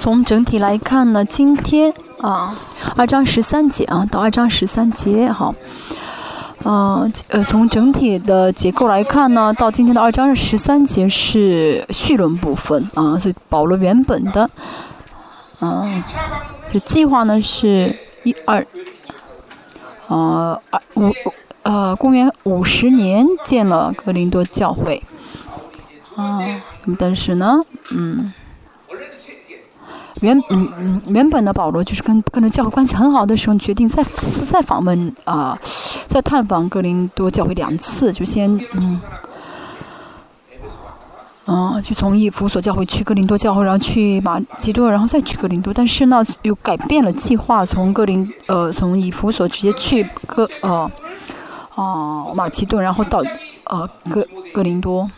从整体来看呢，今天2章13节到2章13节好。从整体的结构来看呢，到今天的2章13节是绪论部分所以保罗原本的就计划呢是公元50年建了哥林多教会但是呢原本的保罗就是跟哥林多教会关系很好的时候，决定再访问再探访哥林多教会2次，就先就从以弗所教会去哥林多教会，然后去马其顿，然后再去哥林多。但是呢，又改变了计划，从以弗所直接去马其顿，然后到哥林多。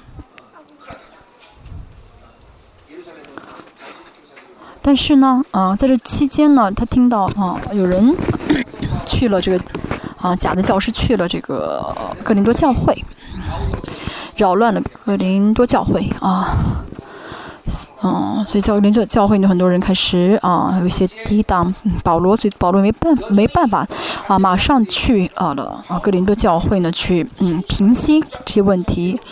但是呢，在这期间呢，他听到有人去了这个假的教师去了这个哥林多教会，扰乱了哥林多教会所以哥林多教会有很多人开始有一些抵挡保罗，所以保罗没办法马上去哥林多教会呢去平息这些问题。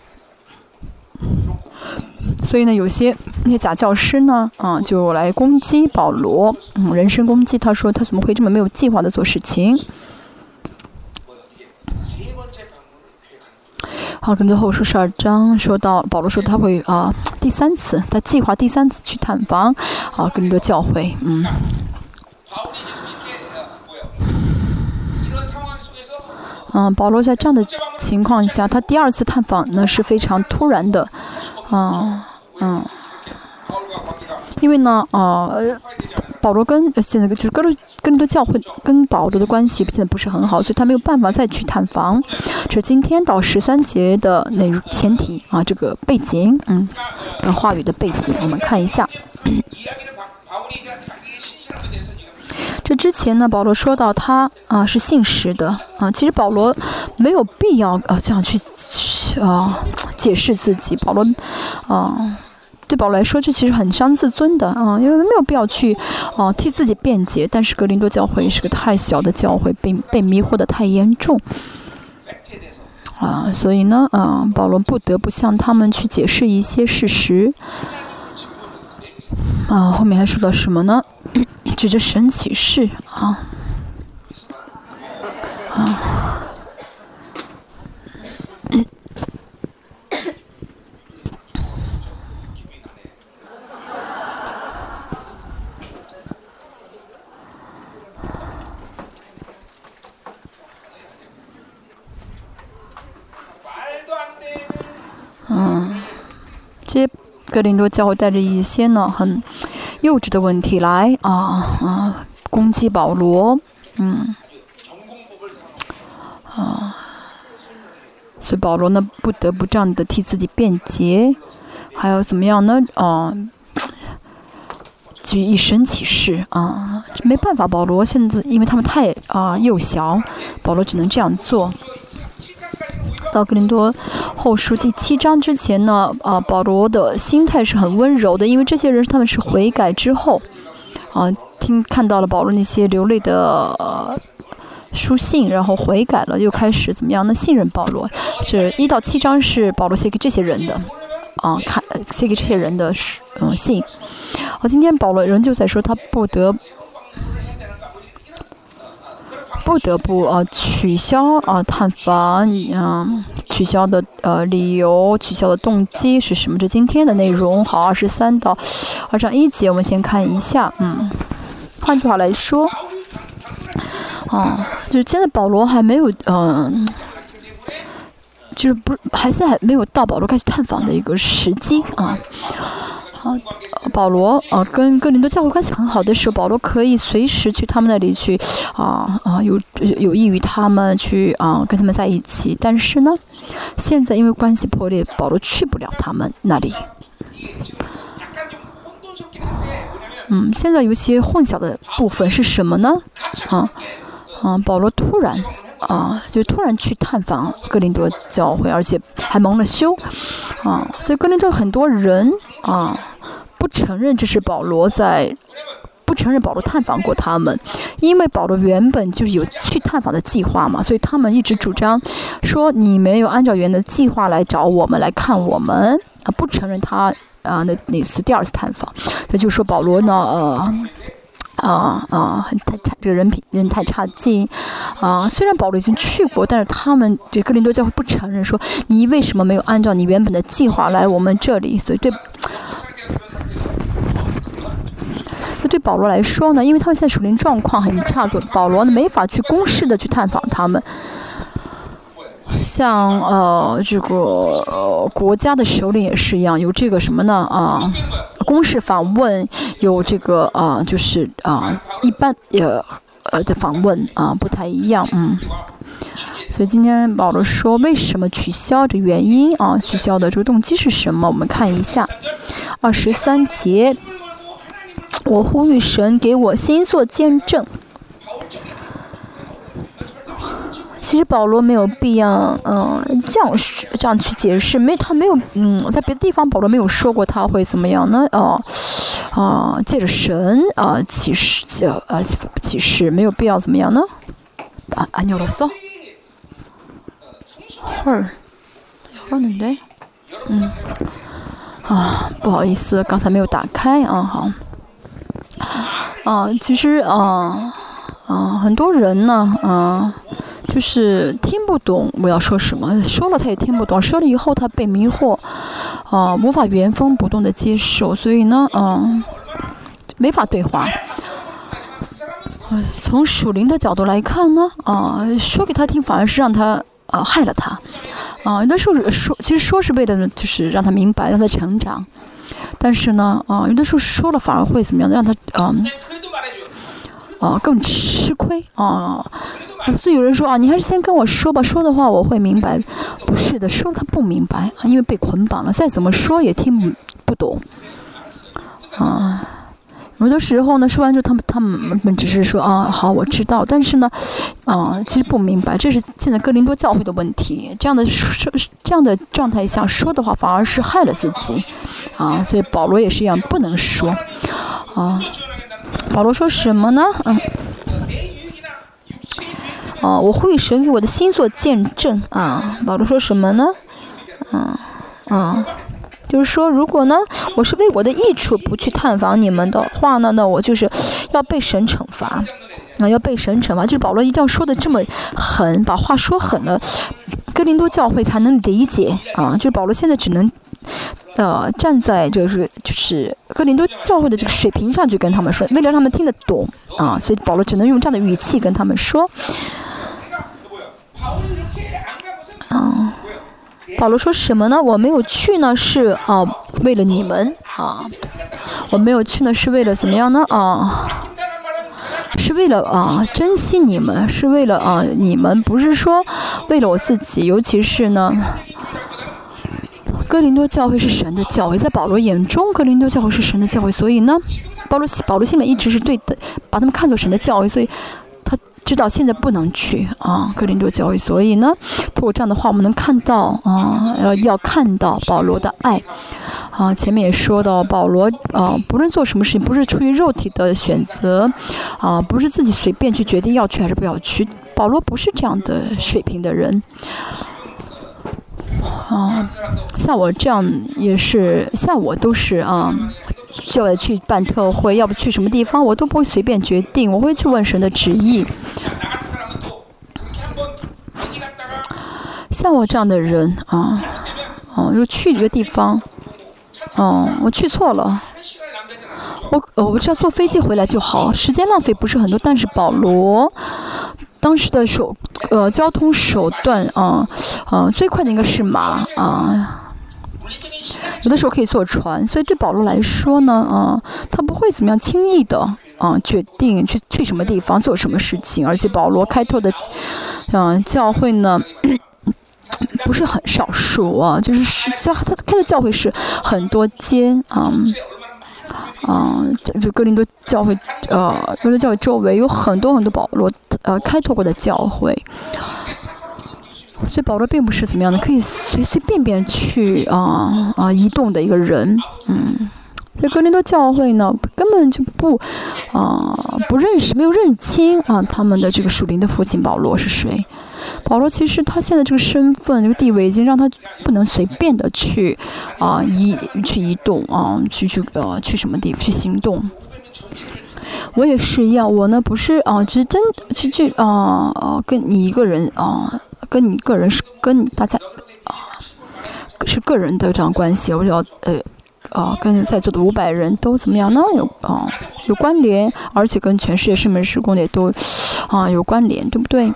所以呢，有些那些假教师呢，就来攻击保罗，人身攻击。他说他怎么会这么没有计划的做事情？哥林多后书12章说到，保罗说他会第3次，他计划第3次去探访哥林多教会，保罗在这样的情况下，他第2次探访呢是非常突然的，因为呢，保罗现在就是哥林多教会跟保罗的关系现在不是很好，所以他没有办法再去探访。这是今天到13节的内容前提这个背景，话语的背景，我们看一下。这之前呢，保罗说到他是信实的其实保罗没有必要这样去解释自己。保罗对保罗来说，这其实很伤自尊的因为没有必要去替自己辩解。但是哥林多教会是个太小的教会，被迷惑的太严重所以呢保罗不得不向他们去解释一些事实后面还说到什么呢？指着神启示这些哥林多教会带着一些呢很幼稚的问题来攻击保罗，所以保罗呢不得不这样的替自己辩解，还有怎么样呢？基于以神启示没办法，保罗现在因为他们太幼小，保罗只能这样做。到哥林多后书第7章之前呢，保罗的心态是很温柔的，因为这些人他们是悔改之后，看到了保罗那些流泪的书信，然后悔改了，又开始怎么样呢？信任保罗。这1到7章是保罗写给这些人的，写给这些人的信。今天保罗仍旧在说他不得不取消探访取消的理由，取消的动机是什么？这今天的内容。好，23到2章1节，我们先看一下。换句话来说，就是现在保罗还没有就是还没有到保罗该去探访的一个时机保罗跟哥林多教会关系很好的时候，保罗可以随时去他们那里去有益于他们去跟他们在一起。但是呢，现在因为关系破裂，保罗去不了他们那里。现在有些混淆的部分是什么呢？保罗突然去探访哥林多教会，而且还蒙了羞所以哥林多很多人不不承认这是保罗不承认保罗探访过他们，因为保罗原本就是有去探访的计划嘛，所以他们一直主张说你没有按照原来的计划来找我们来看我们，不承认他那次第二次探访，他就说保罗呢这个人太差劲虽然保罗已经去过，但是他们这哥林多教会不承认，说你为什么没有按照你原本的计划来我们这里，所以对保罗来说呢，因为他们现在属灵状况很差，所以保罗呢没法去公式的去探访他们。像这个国家的首领也是一样，有这个什么呢公式访问，有这个就是一般的访问不太一样所以今天保罗说为什么取消的原因取消的这个动机是什么？我们看一下23节，我呼吁神给我心做见证。其实保罗没有必要这样去解释，他没有在别的地方保罗没有说过他会怎么样呢借着神启示没有必要怎么样呢안 열었어? 헐 열었는데不好意思，刚才没有打开好其实很多人呢就是听不懂我要说什么，说了他也听不懂，说了以后他被迷惑无法原封不动的接受，所以呢没法对话。从属灵的角度来看呢说给他听反而是让他害了他有的时候其实说是为了就是让他明白，让他成长，但是呢有的时候说了反而会怎么样，让他更吃亏所以有人说你还是先跟我说吧，说的话我会明白。不是的，说了他不明白因为被捆绑了，再怎么说也听不懂有的时候呢说完之后他们只是说好我知道，但是呢其实不明白，这是现在哥林多教会的问题。这样的状态下说的话反而是害了自己所以保罗也是一样不能说保罗说什么呢我呼吁神给我的心做见证保罗说什么呢就是说如果呢我是为我的益处不去探访你们的话呢，那我就是要被神惩罚要被神惩罚。就是保罗一定要说的这么狠，把话说狠了，哥林多教会才能理解就是保罗现在只能站在这个就是哥林多教会的这个水平上去跟他们说，为了让他们听得懂所以保罗只能用这样的语气跟他们说保罗说什么呢？我没有去呢是为了你们我没有去呢是为了怎么样呢是为了珍惜你们，是为了你们，不是说为了我自己。尤其是呢哥林多教会是神的教会，在保罗眼中哥林多教会是神的教会，所以呢保罗心里一直是对的，把他们看作神的教会，所以他知道现在不能去哥林多教会，所以呢通过这样的话我们能看到要看到保罗的爱前面也说到保罗不论做什么事情不是出于肉体的选择不是自己随便去决定要去还是不要去，保罗不是这样的水平的人像我这样也是，像我都是要去办特会，要不去什么地方我都不会随便决定，我会去问神的旨意。像我这样的人如果去一个地方我去错了，我只要坐飞机回来就好，时间浪费不是很多。但是保罗当时的交通手段最快的应该是马有的时候可以坐船，所以对保罗来说呢他不会怎么样轻易的决定去什么地方做什么事情。而且保罗开拓的教会呢不是很少数就是他开的教会是很多间就哥林多教会哥林多教会周围有很多很多保罗开拓过的教会，所以保罗并不是怎么样的可以随便去移动的一个人在哥林多教会呢，根本就不认识，没有认清他们的这个属灵的父亲保罗是谁。保罗其实他现在这个身份、这个地位，已经让他不能随便的去移动去什么地方去行动。我也是一样，我呢不是只是跟你一个人跟你个人是跟大家是个人的这样关系，我就要跟在座的500人都怎么样呢？有关联，而且跟全世界圣门事工也都有关联，对不对？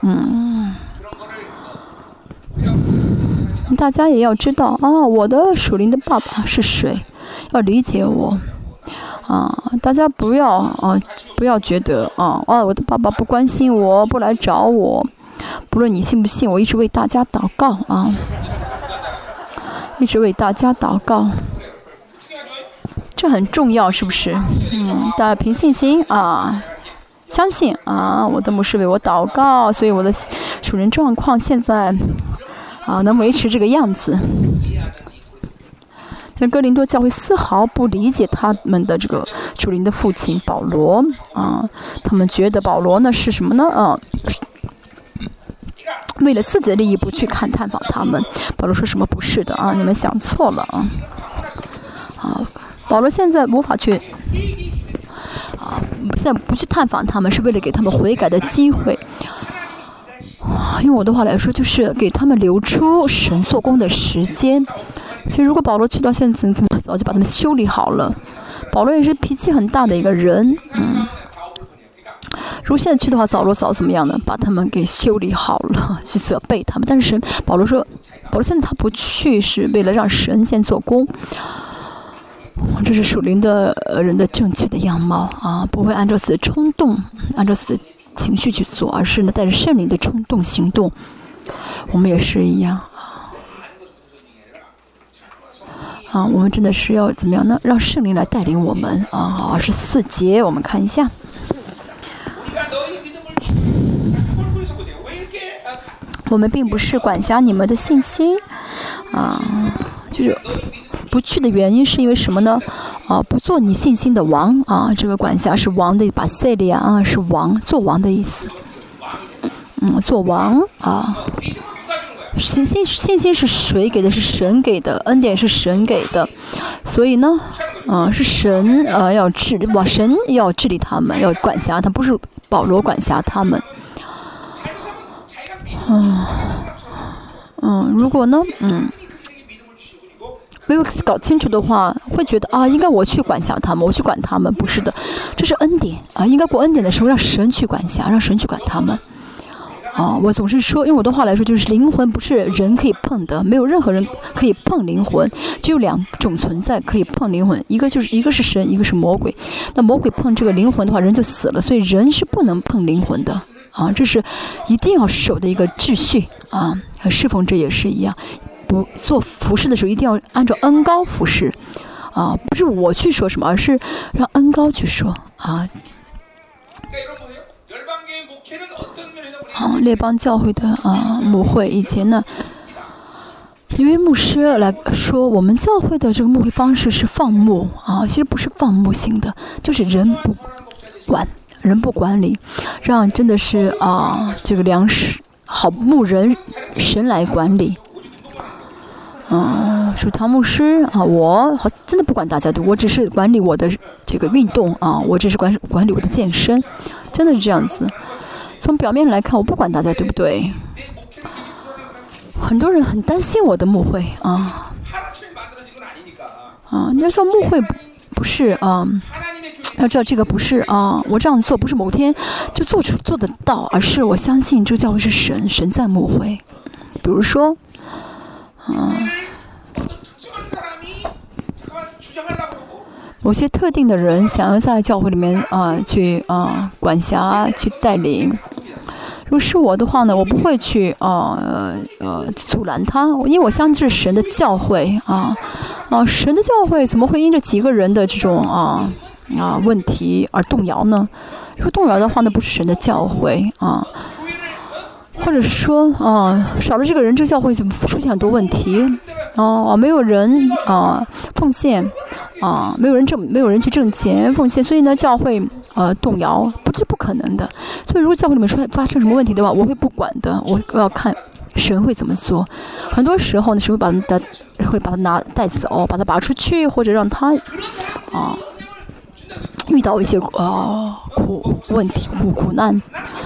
大家也要知道我的属灵的爸爸是谁，要理解我大家不要觉得我的爸爸不关心我，不来找我，不论你信不信，我一直为大家祷告一直为大家祷告，这很重要，是不是？大家凭信心相信我的牧师为我祷告，所以我的属灵状况现在能维持这个样子。但哥林多教会丝毫不理解他们的这个属灵的父亲保罗他们觉得保罗呢是什么呢？为了自己的利益不去探访他们。保罗说什么不是的你们想错了保罗现在无法去现在不去探访他们，是为了给他们悔改的机会。用我的话来说，就是给他们留出神做工的时间。其实如果保罗去到现在，早就把他们修理好了。保罗也是脾气很大的一个人，如果现在去的话，保罗早怎么样呢？把他们给修理好了，去责备他们。但是保罗说，保罗现在他不去，是为了让神先做工。这是属灵的人的正确的样貌不会按照自己的冲动，按照自己的情绪去做，而是呢带着圣灵的冲动行动。我们也是一样我们真的是要怎么样呢？让圣灵来带领我们24节，我们看一下。我们并不是管辖你们的信心就是不去的原因是因为什么呢？不做你信心的王这个管辖是王的，把塞利亚是王，做王的意思。做王信心是谁给的？是神给的，恩典是神给的，所以呢是神神要治理他们，要管辖他们，不是保罗管辖他们。如果呢没有搞清楚的话，会觉得应该我去管辖他们，我去管他们，不是的，这是恩典应该过恩典的时候让神去管辖，让神去管他们。我总是说，用我的话来说，就是灵魂不是人可以碰的，没有任何人可以碰灵魂，只有2种存在可以碰灵魂，一个是神，一个是魔鬼。那魔鬼碰这个灵魂的话，人就死了，所以人是不能碰灵魂的这是一定要守的一个秩序侍奉者也是一样，不做服侍的时候一定要按照恩膏服侍不是我去说什么，而是让恩膏去说列邦教会的牧会以前呢，因为牧师来说，我们教会的这个牧会方式是放牧其实不是放牧型的，就是人不管理，让真的是这个粮食好牧人神来管理。属堂牧师我真的不管大家的，我只是管理我的这个运动我只是管理我的健身，真的是这样子。从表面来看，我不管大家，对不对？很多人很担心我的牧会那时候牧会不是要知道这个不是我这样做不是某天就做得到，而是我相信这个教会是神在牧会。比如说某些特定的人想要在教会里面去管辖去带领，如果是我的话呢，我不会去阻拦他，因为我相信是神的教会神的教会怎么会因着几个人的这种问题而动摇呢？如果动摇的话，那不是神的教会或者说少了这个人，这个教会就出现很多问题没有人奉献没有人去挣钱奉献，所以呢，教会动摇，这不可能的。所以如果教会里面发生什么问题的话，我会不管的，我要看神会怎么做。很多时候呢，神会把他带走，把他拔出去，或者让他遇到一些苦难。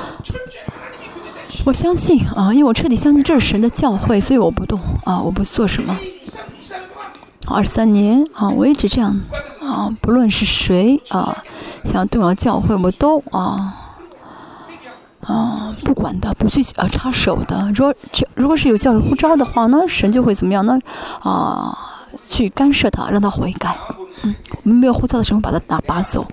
我相信因为我彻底相信这是神的教会，所以我不动我不做什么。23年我一直这样不论是谁想要动摇教会，我都不管的，不去插手的。如果是有教会呼召的话呢，神就会怎么样呢？去干涉他，让他悔改。我们没有呼召的时候，把他拔走。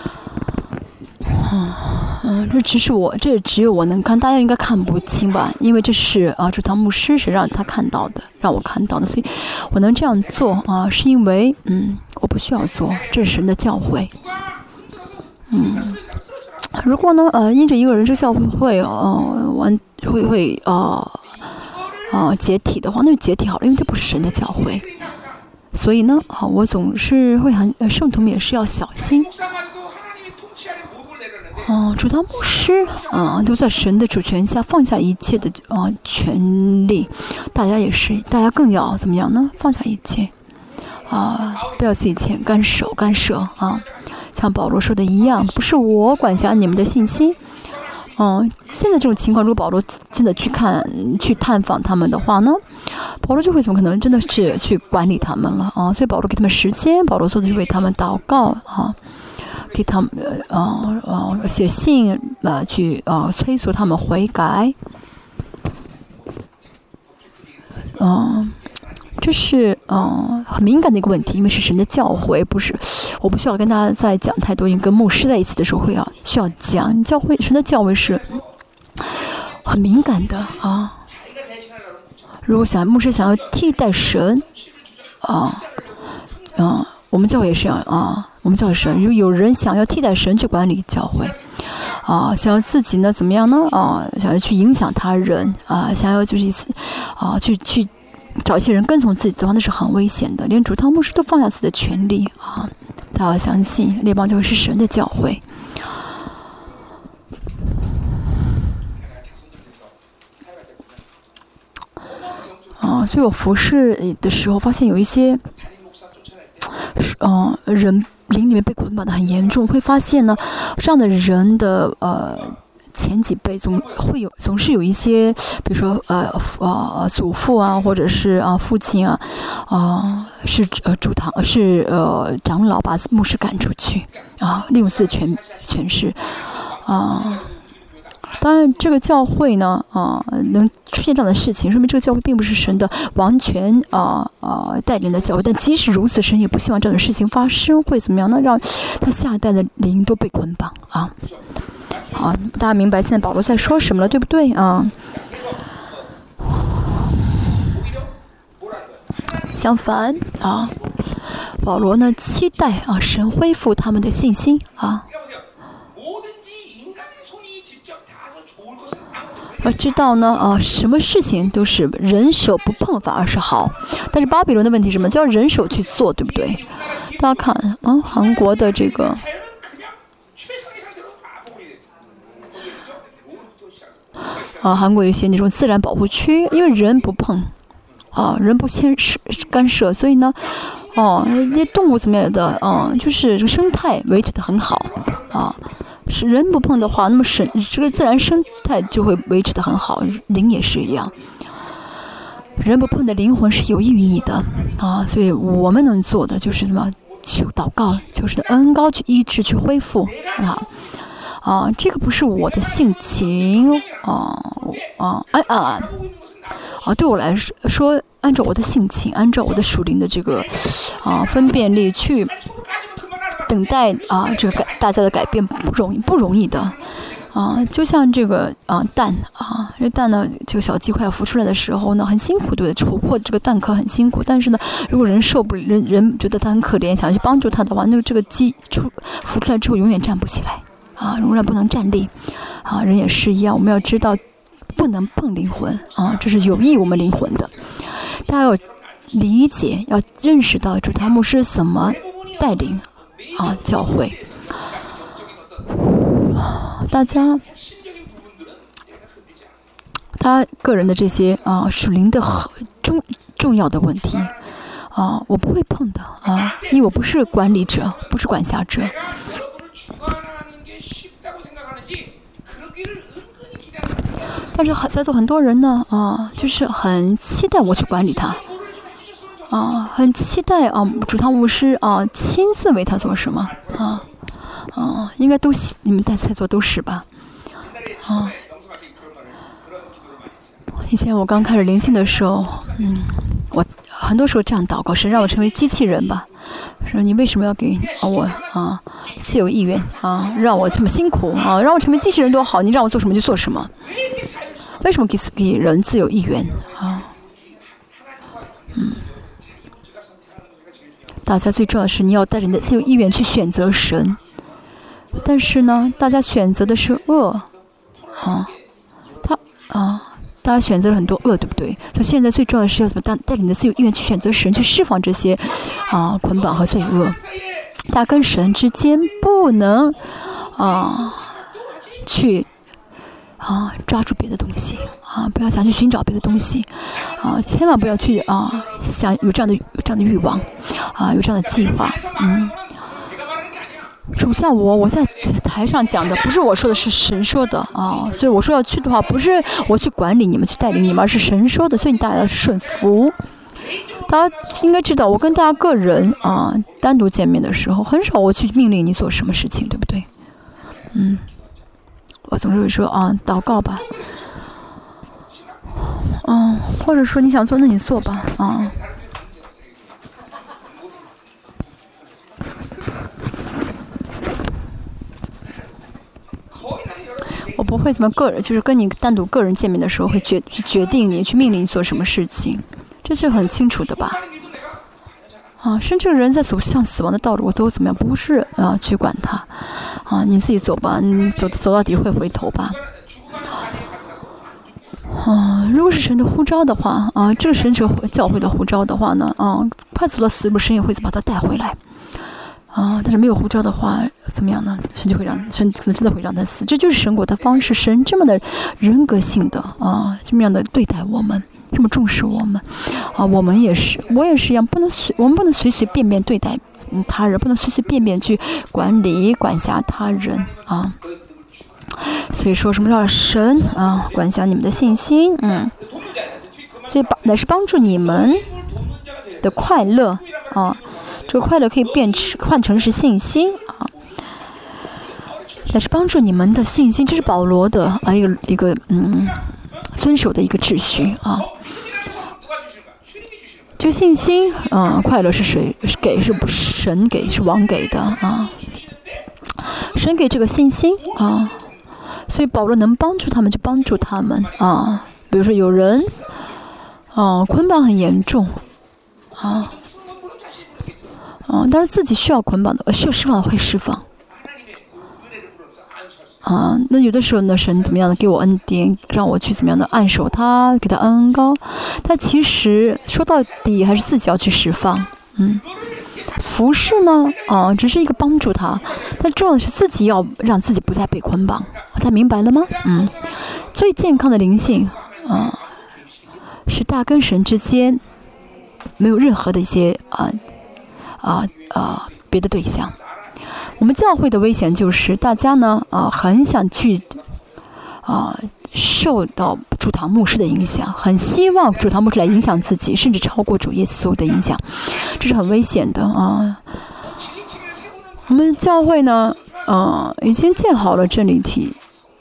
这只有我能看，大家应该看不清吧？因为这是主堂牧师是让他看到的，让我看到的，所以我能这样做是因为我不需要做，这是神的教会。如果呢因着一个人这个教会会解体的话，那就解体好了，因为这不是神的教会。所以呢我总是会圣徒们也是要小心。主堂牧师都在神的主权下，放下一切的权利。大家更要怎么样呢？放下一切不要自己干涉像保罗说的一样，不是我管辖你们的信心。现在这种情况，如果保罗真的去探访他们的话呢，保罗就会怎么可能真的是去管理他们了所以保罗给他们时间，保罗做的是为他们祷告给他们写信去催促他们悔改。这是很敏感的一个问题，因为是神的教诲，我不需要跟大家再讲太多，因为跟牧师在一起的时候需要讲神的教诲是很敏感的如果牧师想要替代神我们教会也是我们教会是如果有人想要替代神去管理教会想要自己呢怎么样呢想要去影响他人想要就是去找一些人跟从自己的话，那是很危险的。连主堂牧师都放下自己的权利大家要相信列邦教会是神的教会。所以我服侍的时候发现有一些人灵里面被捆绑的很严重，会发现呢这样的人的前几辈总是有一些，比如说祖父或者是父亲是主堂是长老把牧师赶出去利用自己的权势当然这个教会呢能出现这样的事情，说明这个教会并不是神的完全带领的教会。但即使如此，神也不希望这样的事情发生，会怎么样呢？让他下一代的灵都被捆绑大家明白现在保罗在说什么了，对不对相反保罗呢期待神恢复他们的信心要知道呢什么事情都是人手不碰反而是好，但是巴比伦的问题是什么？叫人手去做，对不对？大家看韩国的这个韩国有一些那种自然保护区，因为人不碰人不干涉，所以呢那些动物怎么样的就是这个生态维持得很好是人不碰的话，那么这个自然生态就会维持得很好，灵也是一样。人不碰的灵魂是有益于你的所以我们能做的就是什么？求祷告，求神的恩膏去医治，去恢复这个不是我的性情对我来说，按照我的性情，按照我的属灵的这个分辨力去等待这个大家的改变不容易的就像这个蛋这蛋呢，这个小鸡快要孵出来的时候呢，很辛苦，对不对？戳破这个蛋壳很辛苦，但是呢，如果人觉得它很可怜，想要去帮助它的话，那这个鸡孵出来之后永远站不起来永远不能站立人也是一样，我们要知道不能碰灵魂这是有益我们灵魂的。大家要理解，要认识到主堂牧师怎么带领教会。大家他个人的这些属灵的重要的问题我不会碰的因为我不是管理者，不是管辖者。但是在座很多人呢就是很期待我去管理他很期待主堂牧师亲自为他做什么应该你们在座都是吧以前我刚开始灵性的时候我很多时候这样祷告，神让我成为机器人吧，说你为什么要给我自由意愿让我这么辛苦让我成为机器人多好，你让我做什么就做什么，为什么给人自由意愿大家最重要的是你要带着你的自由意愿去选择神，但是呢大家选择的是恶大家选择了很多恶，对不对？所以现在最重要的是要怎么带着你的自由意愿去选择神，去释放这些捆绑和罪恶。大家跟神之间不能去抓住别的东西不要想去寻找别的东西千万不要去想有这样的欲望有这样的计划主叫我在台上讲的不是我说的，是神说的所以我说要去的话，不是我去管理你们去带领你们，而是神说的，所以你大家要顺服。大家应该知道，我跟大家个人单独见面的时候，很少我去命令你做什么事情，对不对？我总是会说祷告吧，或者说你想做那你做吧我不会怎么就是跟你单独个人见面的时候会决定你去命令你做什么事情，这是很清楚的吧？甚至人在走向死亡的道路，我都怎么样？不是去管他你自己走吧，你走到底会回头吧？如果是神的呼召的话这个神是教会的呼召的话呢快走到死路，神也会把他带回来。但是没有呼召的话，怎么样呢？神可能真的会让他死。这就是神国的方式，神这么的人格性的这么样的对待我们，这么重视我们我们也是，我也是一样，我们不能随随便便对待他人，不能随随便便去管辖他人所以说什么叫神管辖你们的信心所以乃是帮助你们的快乐这个快乐可以换成是信心但是帮助你们的信心，这是保罗的一个遵守的一个秩序这个信心快乐是谁给？是神给，是王给的神给这个信心所以保罗能帮助他们就帮助他们比如说有人捆绑很严重但是自己需要捆绑的需要释放的会释放那有的时候呢神怎么样的给我恩典，让我去怎么样的按手他，给他恩膏，但其实说到底还是自己要去释放服侍呢只是一个帮助他，但重要的是自己要让自己不再被捆绑大家明白了吗？最健康的灵性是大跟神之间没有任何的一些别的对象。我们教会的危险就是大家呢很想去受到主堂牧师的影响，很希望主堂牧师来影响自己，甚至超过主耶稣的影响，这是很危险的我们教会呢已经建好了真理体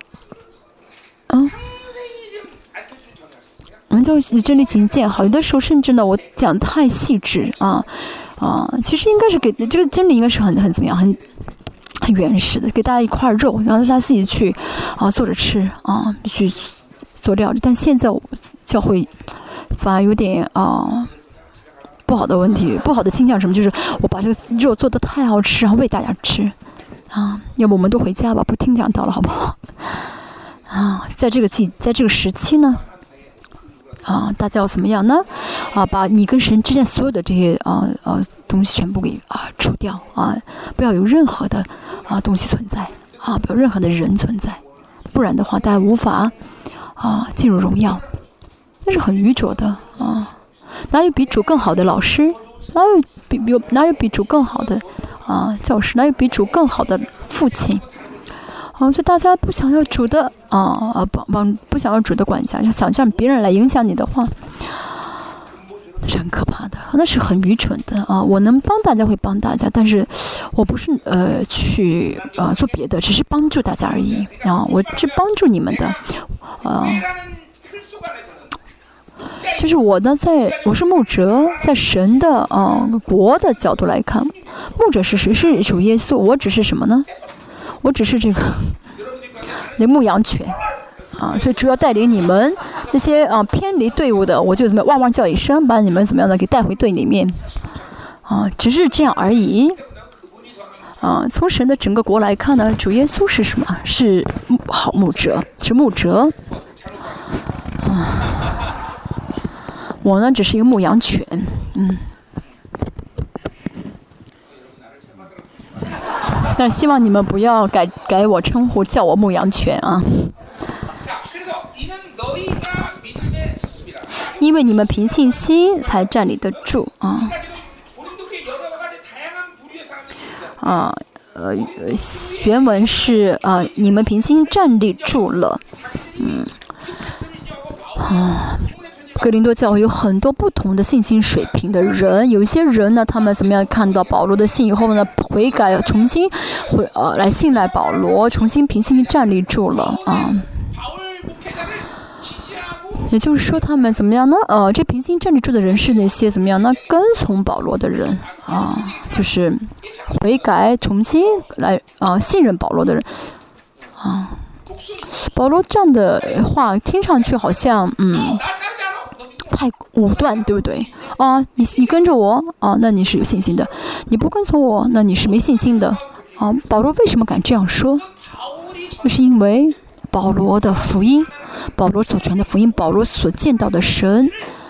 我们教会真理体已经建好，有的时候甚至呢我讲太细致其实应该是给这个真理应该是很怎么样很原始的，给大家一块肉，然后大家自己去做着吃去做料理。但现在教会反而有点不好的问题，不好的倾向什么？就是我把这个肉做得太好吃，然后喂大家吃要不我们都回家吧，不听讲道了，好不好？在这个时期呢， 大家要怎么样呢？把你跟神之间所有的这些东西全部给除掉不要有任何的东西存在不要任何的人存在，不然的话大家无法进入荣耀。那是很愚拙的哪有比主更好的老师？哪有比主更好的教师？哪有比主更好的父亲？所以大家不想要主的不想要主的管辖，想象别人来影响你的话，那是很可怕的，那是很愚蠢的我能帮大家会帮大家，但是我不是去做别的，只是帮助大家而已我是帮助你们的就是我呢，我是牧者，在神的国的角度来看，牧者是谁？是主耶稣。我只是什么呢？我只是这个牧羊犬所以主要带领你们那些偏离队伍的，我就怎么汪汪叫一声，把你们怎么样的给带回队里面只是这样而已从神的整个国来看呢，主耶稣是什么？是好牧者，是牧者我呢只是一个牧羊犬但希望你们不要改我称呼，叫我牧羊犬因为你们凭信心才站立得住原文是你们凭信心站立住了哥林多教会有很多不同的信心水平的人，有一些人呢，他们怎么样看到保罗的信以后呢，悔改，重新来信赖保罗，重新凭信心站立住了也就是说，他们怎么样呢？这凭信心站立住的人是那些怎么样呢？跟从保罗的人就是悔改，重新来信任保罗的人保罗这样的话听上去好像太武断，对不对你跟着我那你是有信心的，你不跟从我，那你是没信心的保罗为什么敢这样说？就是因为保罗的福音，保罗所传的福音，保罗所见到的神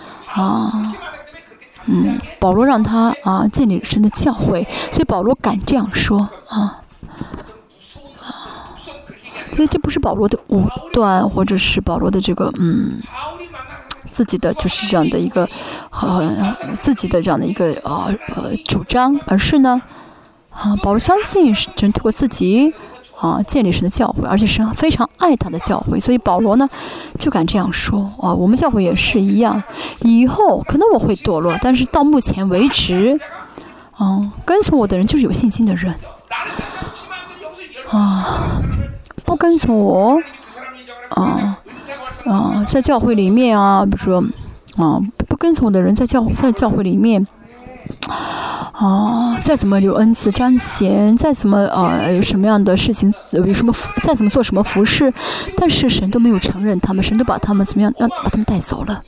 保罗让他建立神的教会，所以保罗敢这样说所以这不是保罗的武断，或者是保罗的这个自己的就是这样的一个自己的这样的一个主张，而是呢保罗相信神通过自己建立神的教会，而且神非常爱他的教会，所以保罗呢就敢这样说我们教会也是一样，以后可能我会堕落，但是到目前为止跟从我的人就是有信心的人不跟从我在教会里面比如说不跟从我的人在教会里面再怎么有恩赐彰显，再怎么有什么样的事情，有什么再怎么做什么服事，但是神都没有承认他们，神都把他们怎么样把他们带走了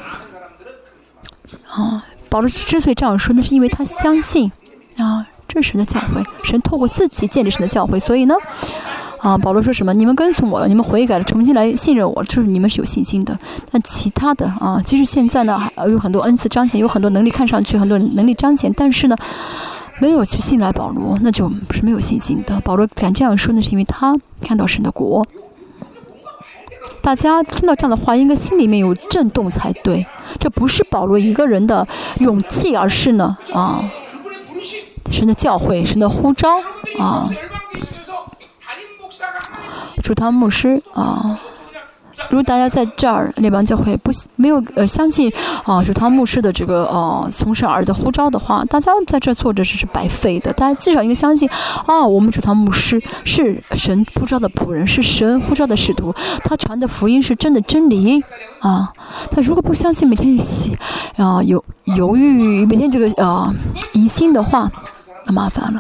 保罗之所以这样说，那是因为他相信这是神的教会，神透过自己建立神的教会，所以呢保罗说什么？你们跟从我了，你们悔改了，重新来信任我，就是你们是有信心的。但其他的其实现在呢，有很多恩赐彰显，有很多能力看上去很多能力彰显，但是呢，没有去信赖保罗，那就是没有信心的。保罗敢这样说，那是因为他看到神的国。大家听到这样的话，应该心里面有震动才对。这不是保罗一个人的勇气，而是呢神的教会，神的呼召主堂牧师如果大家在这儿列邦教会没有相信主堂牧师的这个从神而的呼召的话，大家在这做着是白费的。大家至少应该相信我们主堂牧师是神呼召的仆人，是神呼召的使徒，他传的福音是真的真理他如果不相信，每天犹豫，每天这个疑心的话，那麻烦了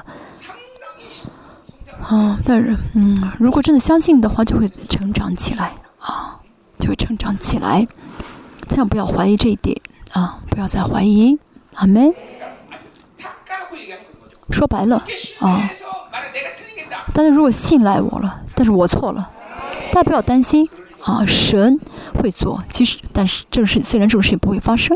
但是如果真的相信的话，就会成长起来就会成长起来。千万不要怀疑这一点不要再怀疑。阿们。说白了大家如果信赖我了，但是我错了，大家不要担心神会做，但是虽然这种事情不会发生，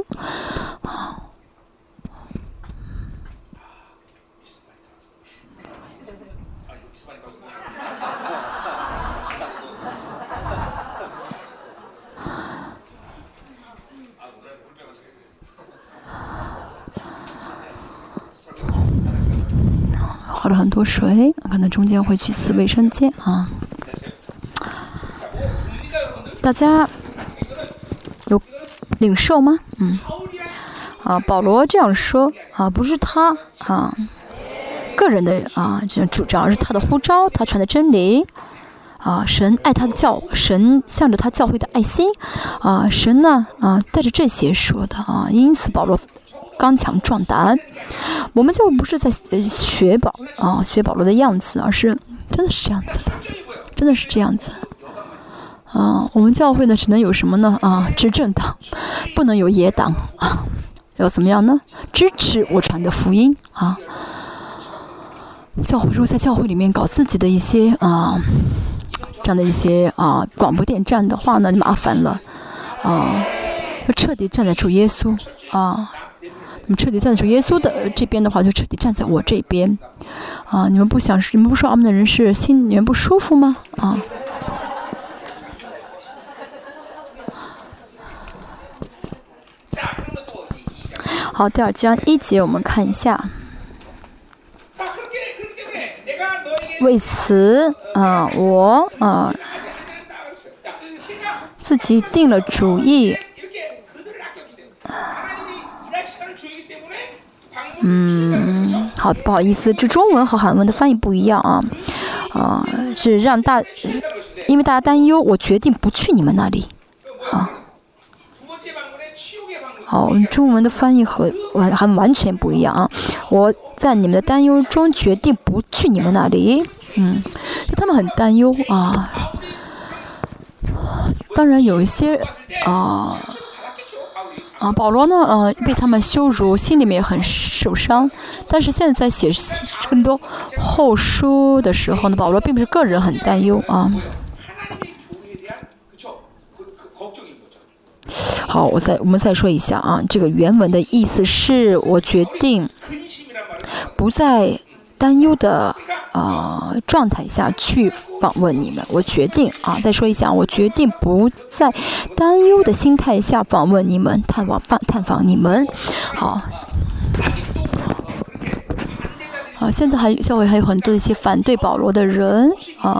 喝了很多水，可能中间会去次卫生间啊。大家有领受吗？保罗这样说不是他个人的这种主张，而是他的呼召，他传的真理神爱他的神向着他教会的爱心神呢带着这些说的因此保罗刚强壮胆。我们就不是在学保罗的样子，而是真的是这样子的，真的是这样子。我们教会呢只能有什么呢执政党，不能有野党要怎么样呢？支持我传的福音教会如果在教会里面搞自己的一些这样的一些广播电站的话呢，就麻烦了要彻底站在主耶稣那么彻底站在主耶稣的这边的话，就彻底站在我这边你们不说阿们的人是心里面不舒服吗好，第2章1节我们看一下。为此我自己定了主意好，不好意思，这中文和韩文的翻译不一样是因为大家担忧，我决定不去你们那里好，中文的翻译和韩文完全不一样我在你们的担忧中决定不去你们那里他们很担忧当然有一些保罗呢被他们羞辱，心里面也很受伤。但是现在在写更多后书的时候呢，保罗并不是个人很担忧好，我们再说一下这个原文的意思是我决定不在担忧的状态下去访问你们。我决定再说一下，我决定不在担忧的心态下访问你们，探访你们。好，现在教会还有很多的一些反对保罗的人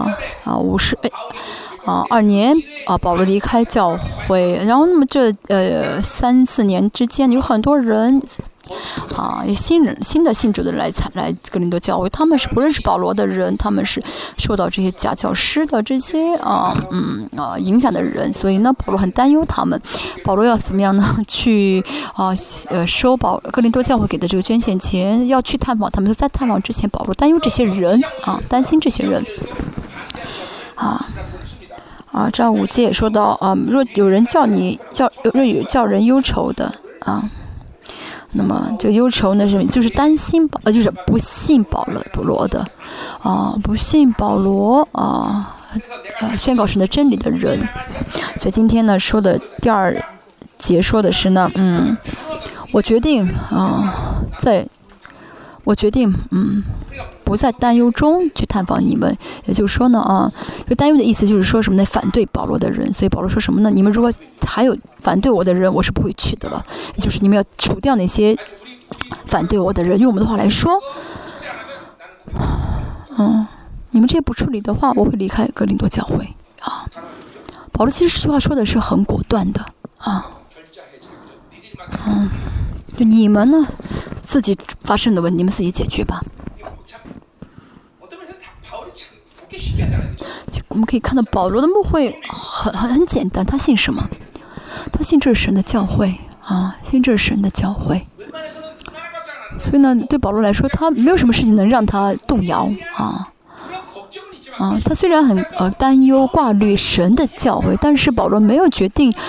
2年保罗离开教会，然后那么这3-4年之间有很多人新的信主的人来哥林多教会，他们是不认识保罗的人，他们是受到这些假教师的这些影响的人，所以呢保罗很担忧他们。保罗要怎么样呢？去收哥林多教会给的这个捐献钱，要去探访他们。在探访之前，保罗担忧这些人担心这些人这5节也说到若有人若有叫人忧愁的那么这个忧愁呢就是担心就是不信保罗的不信保罗宣告神的真理的人。所以今天呢说的第2节说的是呢我决定不在担忧中去探访你们，也就是说呢这担忧的意思就是说什么呢？反对保罗的人。所以保罗说什么呢？你们如果还有反对我的人，我是不会去的了。也就是你们要除掉那些反对我的人。用我们的话来说，你们这些不处理的话，我会离开哥林多教会保罗其实这句话说的是很果断的就你们呢自己发生的问题，你们自己解决吧。我们可以看到保罗的牧会很简单，他信什么？他信这是神的教会信这是神的教会。所以呢，对保罗来说，他没有什么事情能让他动摇他虽然很担忧挂虑神的教会，但是保罗没有决定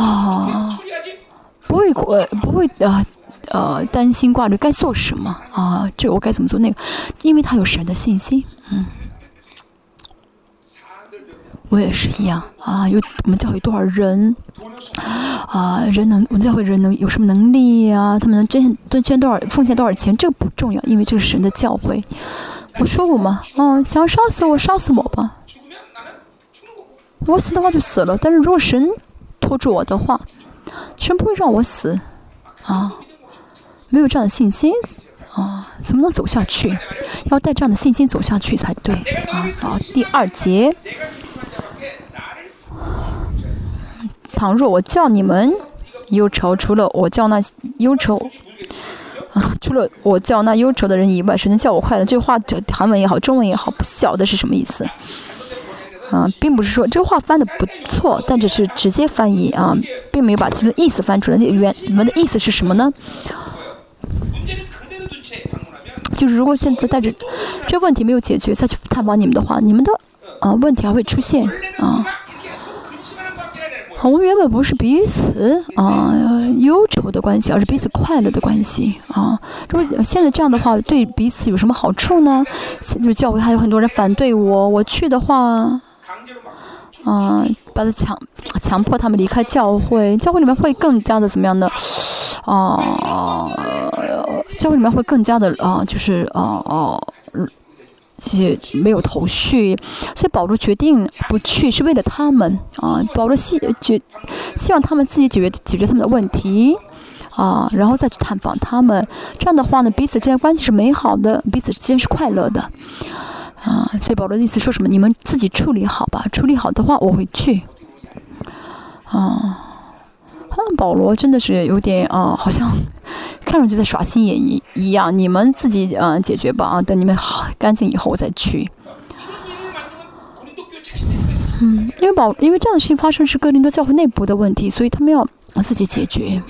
不会担心挂虑该做什么这个我该怎么做那个，因为他有神的信心我也是一样啊。我们教会多少人啊？我们教会人能有什么能力啊？他们能捐多少，奉献多少钱？这个不重要，因为这是神的教会。我说过嘛，想要杀死我，杀死我吧。我死的话就死了，但是如果神拖住我的话，神不会让我死啊。没有这样的信心啊，怎么能走下去？要带这样的信心走下去才对啊。好，第2节。倘若我叫你们忧愁，除了我叫那忧愁的人以外，谁能叫我快乐？这个话韩文也好，中文也好，不晓得是什么意思啊，并不是说这个话翻的不错，但只是直接翻译啊，并没有把其中的意思翻出来。原文的意思是什么呢？就是如果现在带着这个问题没有解决，再去探访你们的话，你们的问题还会出现啊。我们原本不是彼此忧愁的关系，而是彼此快乐的关系啊。如果现在这样的话，对彼此有什么好处呢？就教会还有很多人反对我去的话，把他强迫他们离开教会，教会里面会更加的怎么样呢？教会里面会更加的没有头绪，所以保罗决定不去，是为了他们啊。保罗希望他们自己解决他们的问题啊，然后再去探访他们。这样的话呢，彼此之间关系是美好的，彼此之间是快乐的啊。所以保罗的意思说什么？你们自己处理好吧，处理好的话我会去啊。保罗真的是有点好像看上去在耍心眼一样，你们自己解决吧啊，等你们好干净以后我再去。因为这样的事情发生是哥林多教会内部的问题，所以他们要自己解决。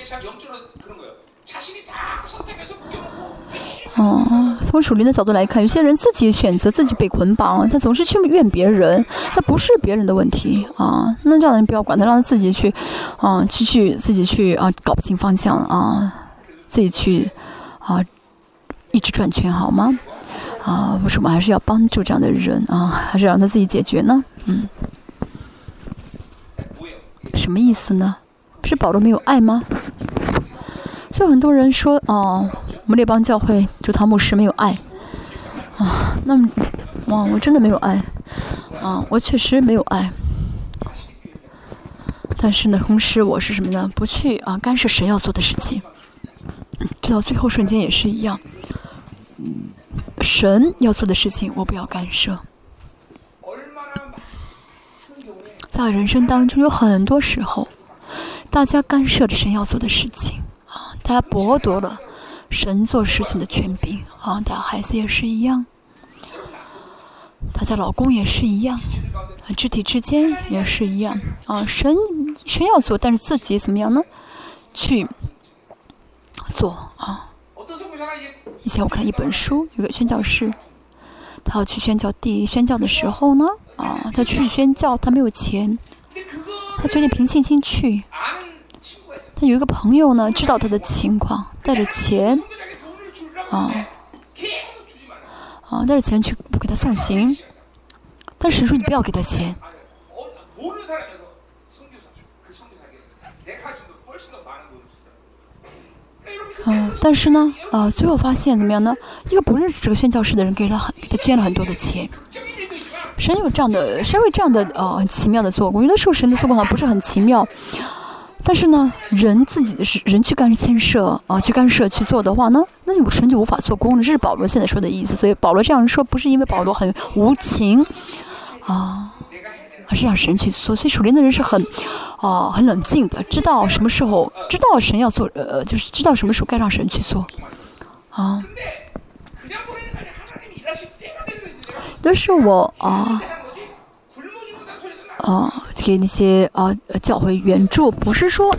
从属灵的角度来看，有些人自己选择自己被捆绑，他总是去怨别人，那不是别人的问题啊。那这样的人不要管他，让他自己去自己去搞不清方向自己去一直转圈好吗？为什么还是要帮助这样的人还是让他自己解决呢？什么意思呢？是保罗没有爱吗？所以很多人说我们列邦教会主堂牧师没有爱那么我真的没有爱我确实没有爱，但是呢，同时我是什么呢？不去干涉神要做的事情，直到最后瞬间也是一样。神要做的事情我不要干涉。在人生当中有很多时候，大家干涉着神要做的事情大家剥夺了神做事情的权柄大家孩子也是一样，大家老公也是一样，肢体之间也是一样神要做，但是自己怎么样呢？去做以前我看一本书，有个宣教士，他要去宣教的时候呢他去宣教，他没有钱，他决定凭信心去。他有一个朋友呢，知道他的情况，带着钱带着钱去不给他送行，但是神说你不要给他钱但是呢最后发现怎么样呢？一个不认识这个宣教士的人给他捐了很多的钱。神会这样的很奇妙的做工，有的时候神的做工好像不是很奇妙，但是呢，人去牵涉去干涉去做的话呢，那神就无法做工了。这是保罗现在说的意思。所以保罗这样说不是因为保罗很无情而是让神去做。所以属灵的人是很冷静的，知道什么时候知道神要做就是知道什么时候该让神去做但是我给那些教会援助，不是说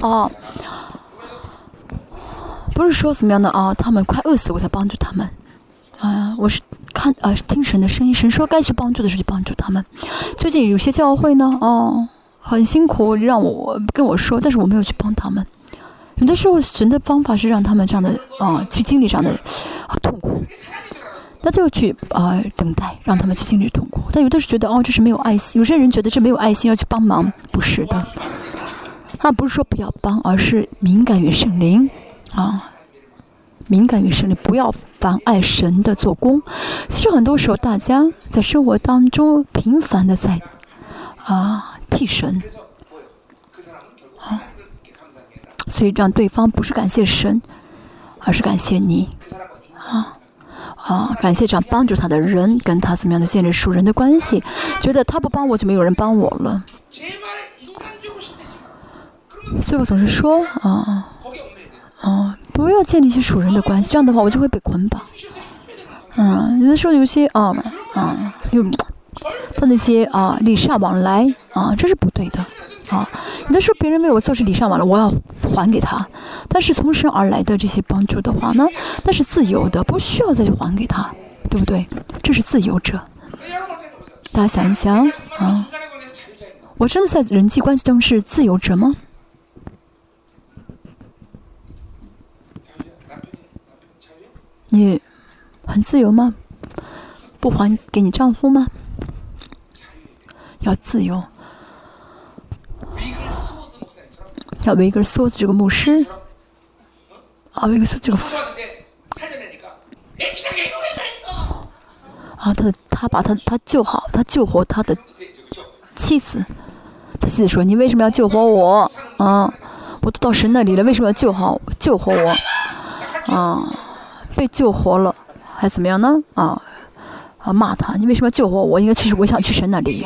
怎么样的他们快饿死我才帮助他们我是听神的声音，神说该去帮助的时候去帮助他们。最近有些教会呢很辛苦，跟我说，但是我没有去帮他们。有的时候神的方法是让他们这样的去经历这样的痛苦， 那就去等待，让他们去经历痛苦。但有的是觉得这是没有爱心，有些人觉得这没有爱心要去帮忙，不是的。他不是说不要帮，而是敏感于圣灵敏感于圣灵，不要妨碍神的做工。其实很多时候，大家在生活当中频繁的在替神所以让对方不是感谢神，而是感谢你感谢这样帮助他的人，跟他怎么样的建立属人的关系，觉得他不帮我就没有人帮我了。所以我总是说不要建立一些属人的关系，这样的话我就会被捆绑。有的时候有些他那些礼尚往来这是不对的有的时候别人为我做事礼尚往来，我要还给他，但是从神而来的这些帮助的话呢，那是自由的，不需要再去还给他，对不对？这是自由者。大家想一想我真的在人际关系中是自由者吗？你很自由吗？不还给你丈夫吗？要自由。像维格梭子这个牧师维格梭这个他把他救好，他救活他的妻子。他妻子说：“你为什么要救活我？我都到神那里了，为什么要救活我？被救活了，还怎么样呢？骂他，你为什么要救活我？我想去神那里。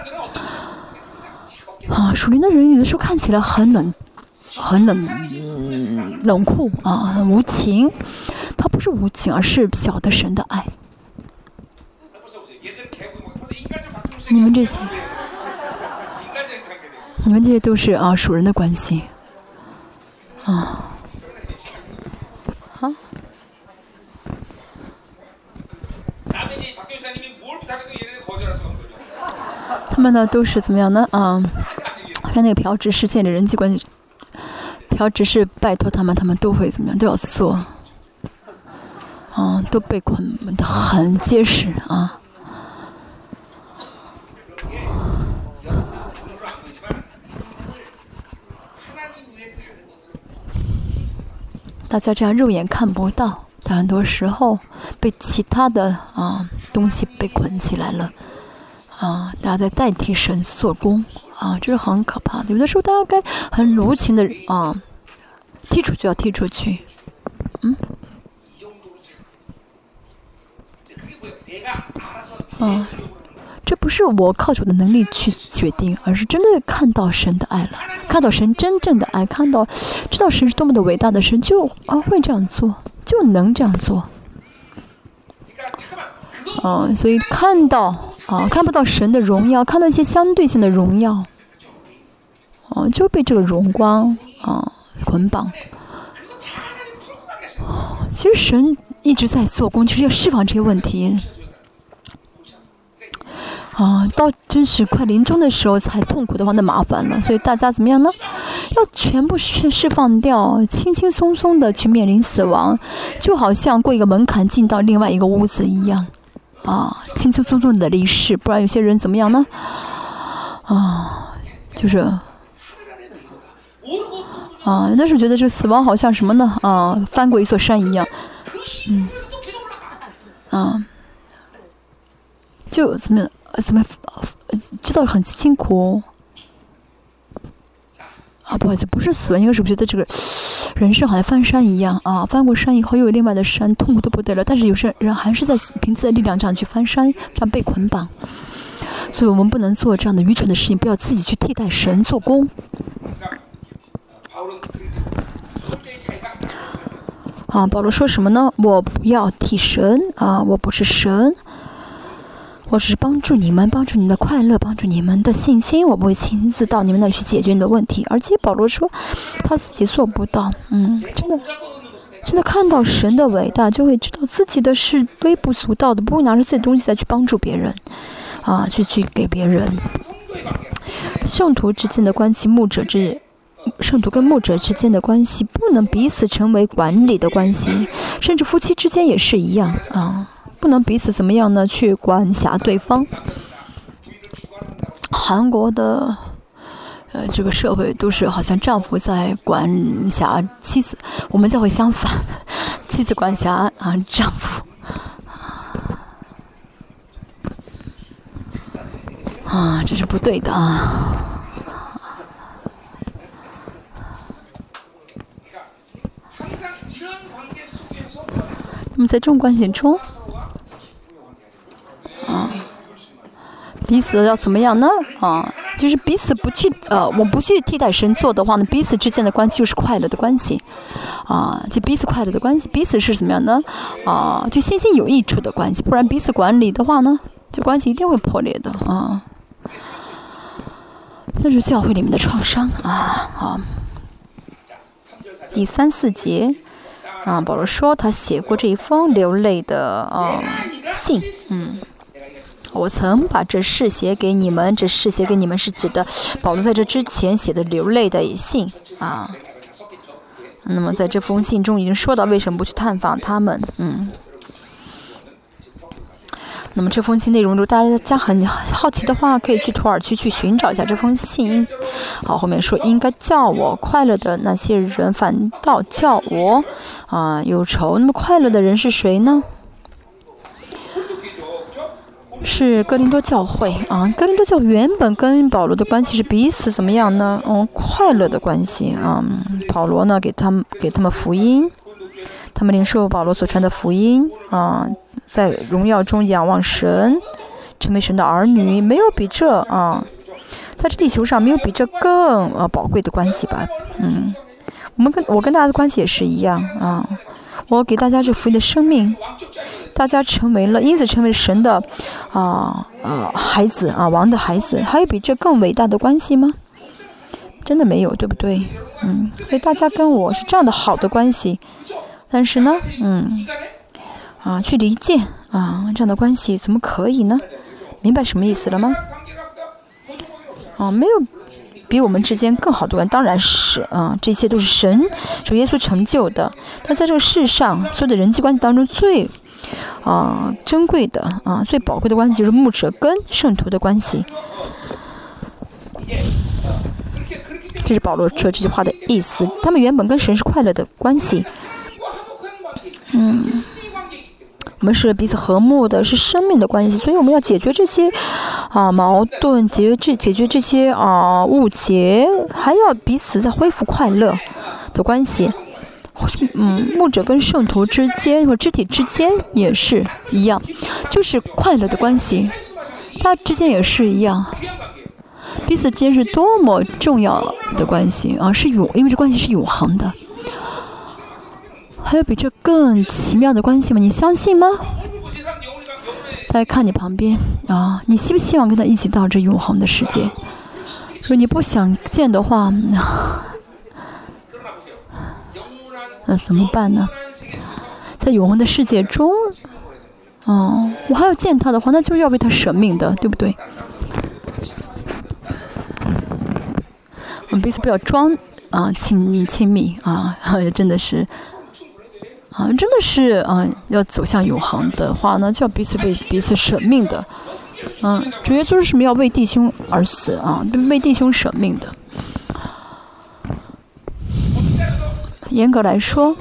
属灵的人有的时候看起来很冷酷很无情，他不是无情，而是晓得神的爱。你们这些都是属人的关系他们呢都是怎么样呢跟那个朴执事建立人际关系，朴执事拜托他们都会怎么样，都要做都被捆得很结实大家这样肉眼看不到，但很多时候被其他的东西被捆起来了大家在代替神做工这是很可怕的。有的时候大家该很无情的踢出去要踢出去这不是我靠着我的能力去决定，而是真的看到神的爱了，看到神真正的爱，知道神是多么的伟大的神，就会这样做，就能这样做所以看不到神的荣耀，看到一些相对性的荣耀就被这个荣光捆绑其实神一直在做工，就是要释放这些问题到真是快临终的时候才痛苦的话，那麻烦了。所以大家怎么样呢？要全部释放掉，轻轻松松的去面临死亡，就好像过一个门槛进到另外一个屋子一样轻轻松松的离世。不然有些人怎么样呢？就是那时候觉得这死亡好像什么呢？翻过一座山一样，就怎么知道很辛苦不好意思，不是死亡，应该是觉得这个人生好像翻山一样翻过山以后又有另外的山，痛苦的不得了。但是有些人还是在凭自己的力量这样去翻山，这样被捆绑。所以我们不能做这样的愚蠢的事情，不要自己去替代神做工。保罗说什么呢？我不要替神我不是神，我只是帮助你们的快乐，帮助你们的信心，我不会亲自到你们那里去解决你的问题。而且保罗说他自己做不到真的看到神的伟大，就会知道自己的是微不足道的，不会拿着自己的东西再去帮助别人去给别人。圣徒之间的关系，圣徒跟牧者之间的关系不能彼此成为管理的关系，甚至夫妻之间也是一样不能彼此怎么样呢？去管辖对方。韩国的这个社会都是好像丈夫在管辖妻子，我们教会相反，妻子管辖丈夫。这是不对的啊。那么在这种关系中，彼此要怎么样呢？就是彼此不去我不去替代神做的话呢，彼此之间的关系就是快乐的关系，就彼此快乐的关系，彼此是怎么样呢？对心心有益处的关系，不然彼此管理的话呢，这关系一定会破裂的那是教会里面的创伤第3、4节保罗说他写过这一封流泪的信，我曾把这事写给你们，这事写给你们是指的保罗在这之前写的流泪的信那么在这封信中已经说到为什么不去探访他们，那么这封信内容，如果大家很好奇的话，可以去土耳其去寻找一下这封信。后面说应该叫我快乐的那些人，反倒叫我忧愁。那么快乐的人是谁呢？是哥林多教会哥林多教会原本跟保罗的关系是彼此怎么样呢？快乐的关系保罗呢给他们福音，他们领受保罗所传的福音在荣耀中仰望神，成为神的儿女，没有比这在这地球上没有比这更宝贵的关系吧。我跟大家的关系也是一样我给大家这福音的生命，大家因此成为神的孩子王的孩子，还有比这更伟大的关系吗？真的没有，对不对？所以大家跟我是这样的好的关系，但是呢去理解这样的关系怎么可以呢？明白什么意思了吗？没有比我们之间更好的关系，当然是这些都是神主耶稣成就的。但在这个世上所有的人际关系当中最珍贵的最宝贵的关系就是牧者跟圣徒的关系。这是保罗说这句话的意思，他们原本跟神是快乐的关系。我们是彼此和睦的，是生命的关系，所以我们要解决这些矛盾，解决这些误解，还要彼此再恢复快乐的关系。牧者跟圣徒之间或肢体之间也是一样，就是快乐的关系，它之间也是一样，彼此之间是多么重要的关系因为这关系是永恒的。还有比这更奇妙的关系吗？你相信吗？大家看你旁边你希不希望跟他一起到这永恒的世界？如果你不想见的话，那怎么办呢？在永恒的世界中，我还要见他的话，那就要为他舍命的，对不对？我们彼此不要装亲密真的是。真的是要走向永恒的话呢，就要彼此舍命的。主耶稣是什么？要为弟兄而死为弟兄舍命的。严格来说，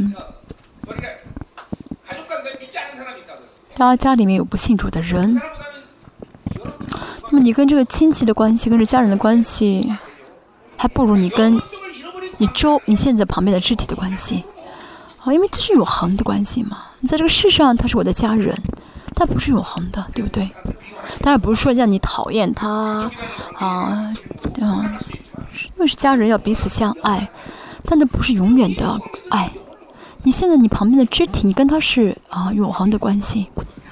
大家里面有不信主的人，那么你跟这个亲戚的关系，跟这家人的关系，还不如你跟你现在旁边的肢体的关系。因为这是永恒的关系嘛，在这个世上他是我的家人，他不是永恒的，对不对？当然不是说让你讨厌他因为是家人要彼此相爱，但那不是永远的爱。你现在你旁边的肢体，你跟他是永恒的关系。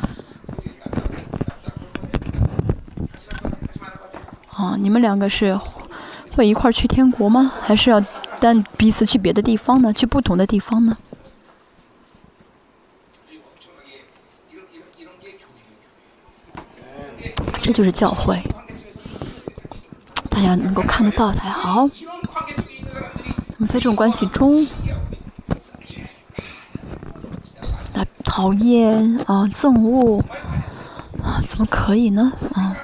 你们两个是会一块儿去天国吗？还是要单彼此去别的地方呢？去不同的地方呢？这就是教会，大家能够看得到才好。那么在这种关系中， 讨厌啊、憎恶啊，怎么可以呢？啊，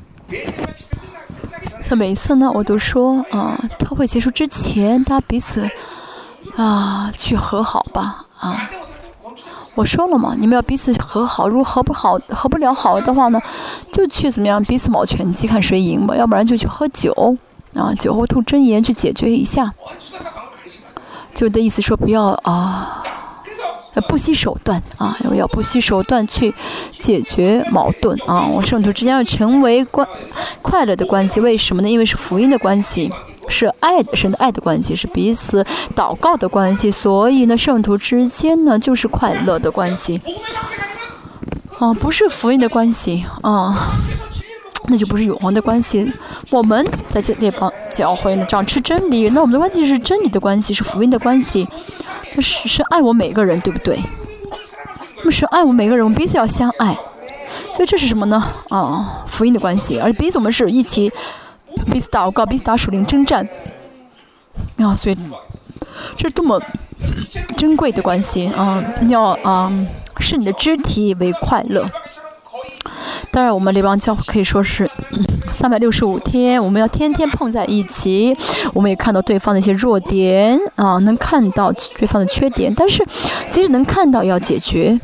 所以每一次呢，我都说啊，特会结束之前，大家彼此啊去和好吧啊。我说了嘛，你们要彼此和好，如果和不了好的话呢，就去怎么样彼此卯拳击看谁赢吧，要不然就去喝酒啊，酒后吐真言去解决一下。就的意思说不要啊，不惜手段啊，要不惜手段去解决矛盾啊。我圣徒之间要成为快乐的关系，为什么呢？因为是福音的关系。是爱的神的爱的关系，是彼此祷告的关系，所以呢，圣徒之间呢就是快乐的关系，不是福音的关系那就不是永恒的关系。我们在这列邦教会呢，长吃真理，那我们的关系是真理的关系，是福音的关系，是爱我每个人，对不对？那么是爱我每个人，我们彼此要相爱，所以这是什么呢？福音的关系，而彼此我们是一起。彼此祷告，彼此打属灵征战所以这是多么珍贵的关系要视你的肢体为快乐。当然，我们列邦教会可以说是365天，我们要天天碰在一起，我们也看到对方的一些弱点能看到对方的缺点，但是即使能看到，也要解决。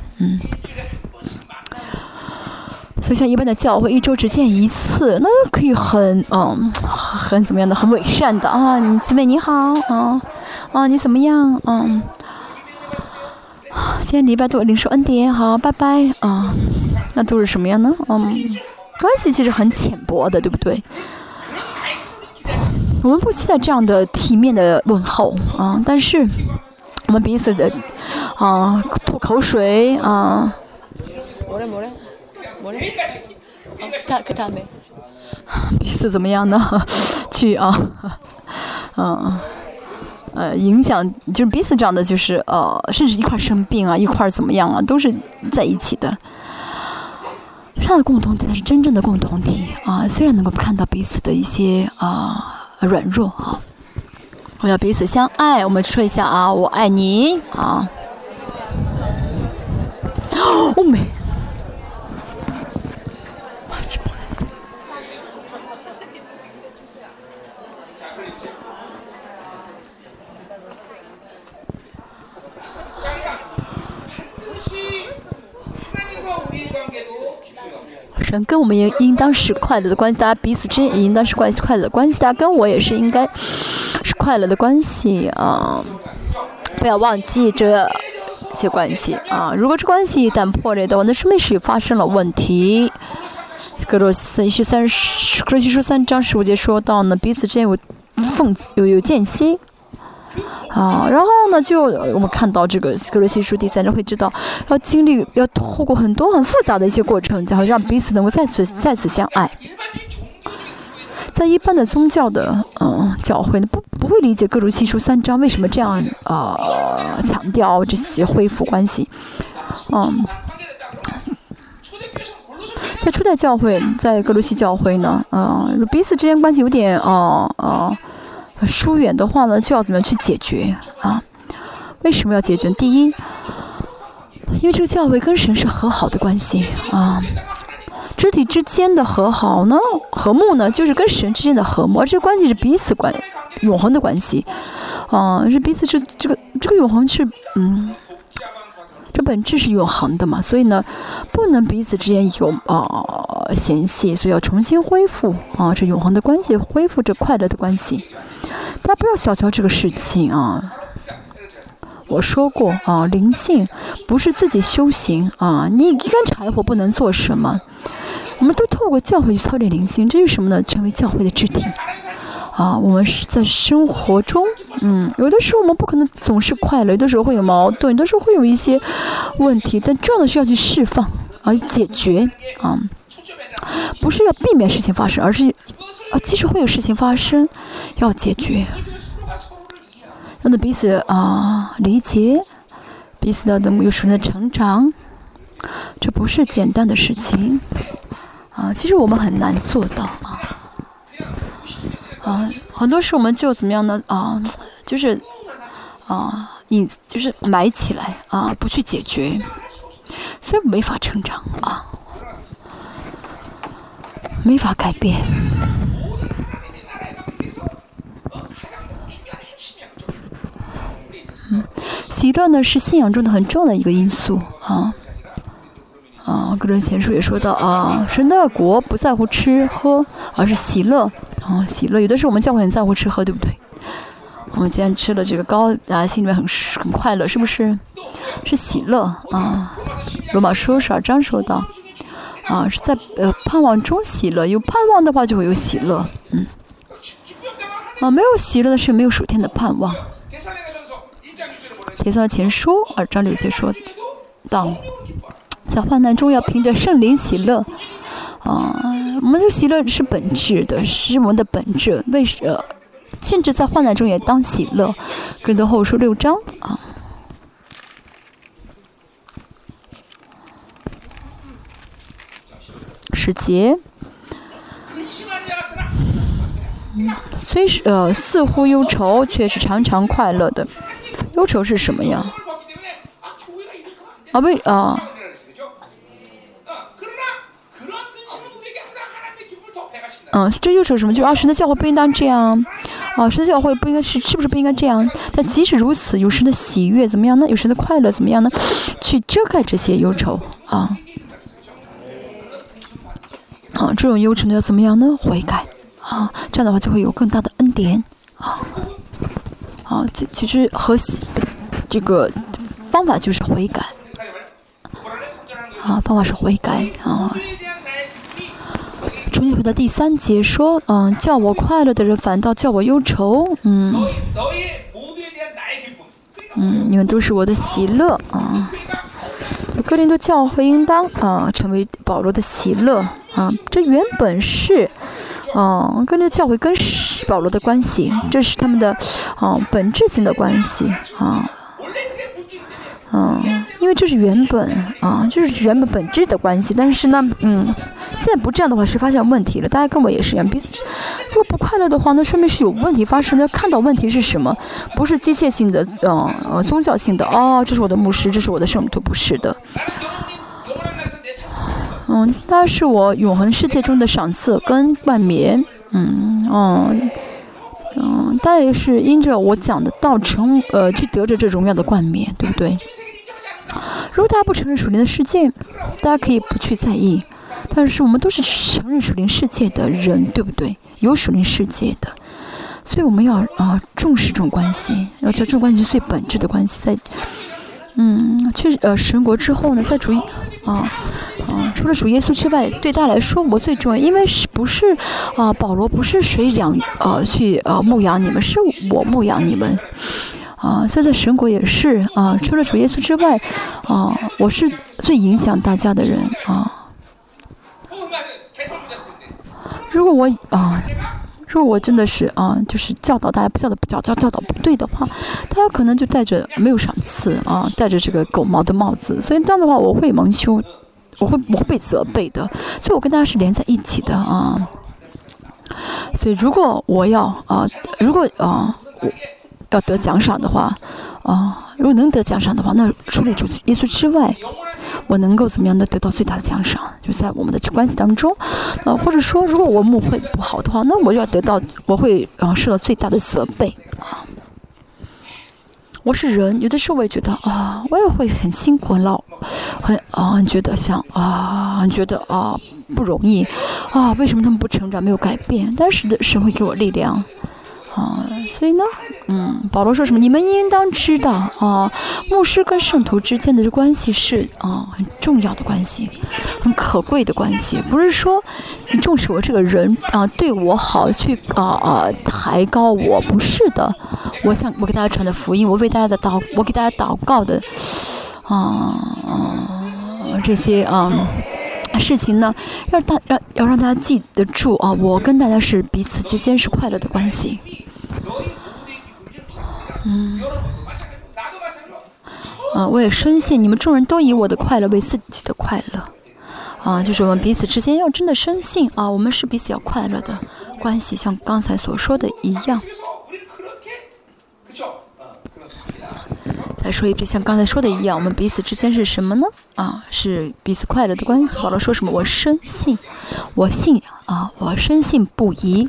所以像一般的教会1周只见一次，那可以很怎么样的，很伪善的你姊妹你好你怎么样今天礼拜多领受恩典，好拜拜那都是什么样呢？关系其实很浅薄的，对不对？我们不期待这样的体面的问候但是我们彼此的吐口水彼此怎么样呢？去影响，就是彼此这样的，就是甚至一块生病一块怎么样都是在一起的。这样的共同体才是真正的共同体虽然能够看到彼此的一些软弱我要彼此相爱。我们说一下我爱你欧美。神跟我们也应当是快乐的关系，大家彼此之间也应当是快乐的关系，大家跟我也是应该是快乐的关系不要忘记这些关系如果这关系一旦破裂的话，那说明是发生了问题。哥罗西书3章15节说到呢，彼此之间有间隙然后呢，我们看到这个哥罗西书第3章会知道，要透过很多很复杂的一些过程，然后让彼此能够再次相爱。在一般的宗教的教会呢，不会理解哥罗西书3章为什么这样强调这些恢复关系。在初代教会，在哥罗西教会呢，彼此之间关系有点疏远的话呢，就要怎么样去解决为什么要解决？第一，因为这个教会跟神是和好的关系肢体之间的和睦呢，就是跟神之间的和睦，而这个关系是彼此永恒的关系是彼此这个永恒是这本质是永恒的嘛，所以呢，不能彼此之间有嫌隙，所以要重新恢复这永恒的关系，恢复这快乐的关系。大家不要小瞧这个事情我说过灵性不是自己修行你一根柴火不能做什么。我们都透过教会去操练灵性，这是什么呢？成为教会的肢体我们是在生活中有的时候我们不可能总是快乐，有的时候会有矛盾，有的时候会有一些问题，但重要的是要去释放解决不是要避免事情发生，而是即使会有事情发生，要解决，让彼此理解，彼此的有属灵的成长，这不是简单的事情其实我们很难做到很多时候我们就怎么样呢就是埋起来不去解决所以没法成长啊，没法改变。喜乐呢是信仰中的很重要的一个因素啊。个人前书也说到啊，神的国不在乎吃喝，而是喜乐啊，喜乐。有的时候我们教会很在乎吃喝，对不对？我们今天吃了这个糕啊，心里面很快乐，是不是？是喜乐啊。罗马书12章说到啊，是在盼望中喜乐，有盼望的话就会有喜乐，没有喜乐的是没有属天的盼望。帖撒罗尼迦前书2章6节说到，在患难中要凭着圣灵喜乐我们这喜乐是本质的，是我们的本质。甚至在患难中也当喜乐。哥林多后书6章10节，虽似乎忧愁，却是常常快乐的。忧愁是什么呀？这忧愁什么？就是神的教会不应当这样，神的教会不应该是不是不应该这样？但即使如此，有神的喜悦怎么样呢？有神的快乐怎么样呢？去遮盖这些忧愁这种忧愁呢要怎么样呢？悔改这样的话就会有更大的恩典其实和这个方法就是悔改方法是悔改主耶稣的第3节说叫我快乐的人反倒叫我忧愁你们都是我的喜乐哥林多教会应当成为保罗的喜乐这原本是哥林多教会跟保罗的关系，这是他们的本质性的关系因为这是原本这是原本本质的关系。但是呢现在不这样的话是发现问题了。大家跟我也是一样，彼此如果不快乐的话，那说明是有问题发生的。看到问题是什么，不是机械性的宗教性的这是我的牧师，这是我的圣徒，不是的。它是我永恒世界中的赏赐跟冠冕大家也是因着我讲的道去得着这荣耀的冠冕，对不对？如果大家不承认属灵的世界，大家可以不去在意，但是我们都是承认属灵世界的人，对不对？有属灵世界的，所以我们要重视这种关系，要知道这种关系是最本质的关系。在去神国之后呢，在主除了主耶稣之外，对大家来说我最重要，因为不是保罗不是谁去牧养你们，是我牧养你们所以在神国也是除了主耶稣之外我是最影响大家的人如果我真的是就是教导大家教导不对的话，大家可能就带着没有赏赐带着这个狗毛的帽子，所以这样的话我会蒙羞，我会被责备的。所以我跟大家是连在一起的所以如果我要得奖赏的话如果能得奖赏的话，那除了主耶稣之外，我能够怎么样的得到最大的奖赏？就在我们的关系当中或者说如果我牧会不好的话，那我会受到最大的责备我是人，有的时候我也觉得我也会很辛苦很觉得不容易为什么他们不成长没有改变？但是神会给我力量所以呢保罗说什么？你们应当知道牧师跟圣徒之间的这关系是很重要的关系，很可贵的关系。不是说你重视我这个人对我好去抬高我，不是的。我给大家传的福音，我给大家祷告的这些事情呢，要让大家记得住我跟大家是彼此之间是快乐的关系。我也深信你们众人都以我的快乐为自己的快乐就是我们彼此之间要真的深信我们是彼此要快乐的关系，像刚才所说的一样。在说一遍，像刚才说的一样，我们彼此之间是什么呢？是彼此快乐的关系。保罗说什么？我深信，我深信不疑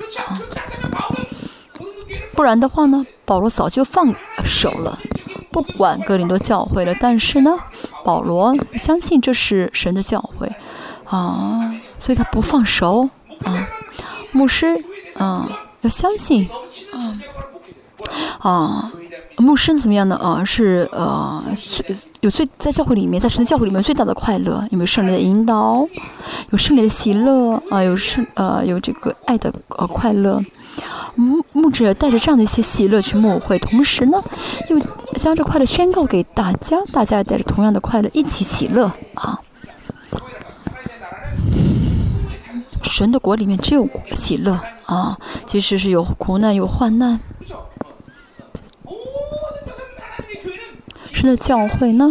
不然的话呢，保罗早就放手了，不管哥林多教会了。但是呢，保罗相信这是神的教会所以他不放手牧师要相信牧师怎么样呢？是在教会里面，在神的教会里面最大的快乐，有没有圣灵的引导，有圣灵的喜乐有这个爱的快乐。牧者带着这样的一些喜乐去牧会，同时呢，又将这快乐宣告给大家，大家也带着同样的快乐一起喜乐神的国里面只有喜乐即使是有苦难有患难。神的教会呢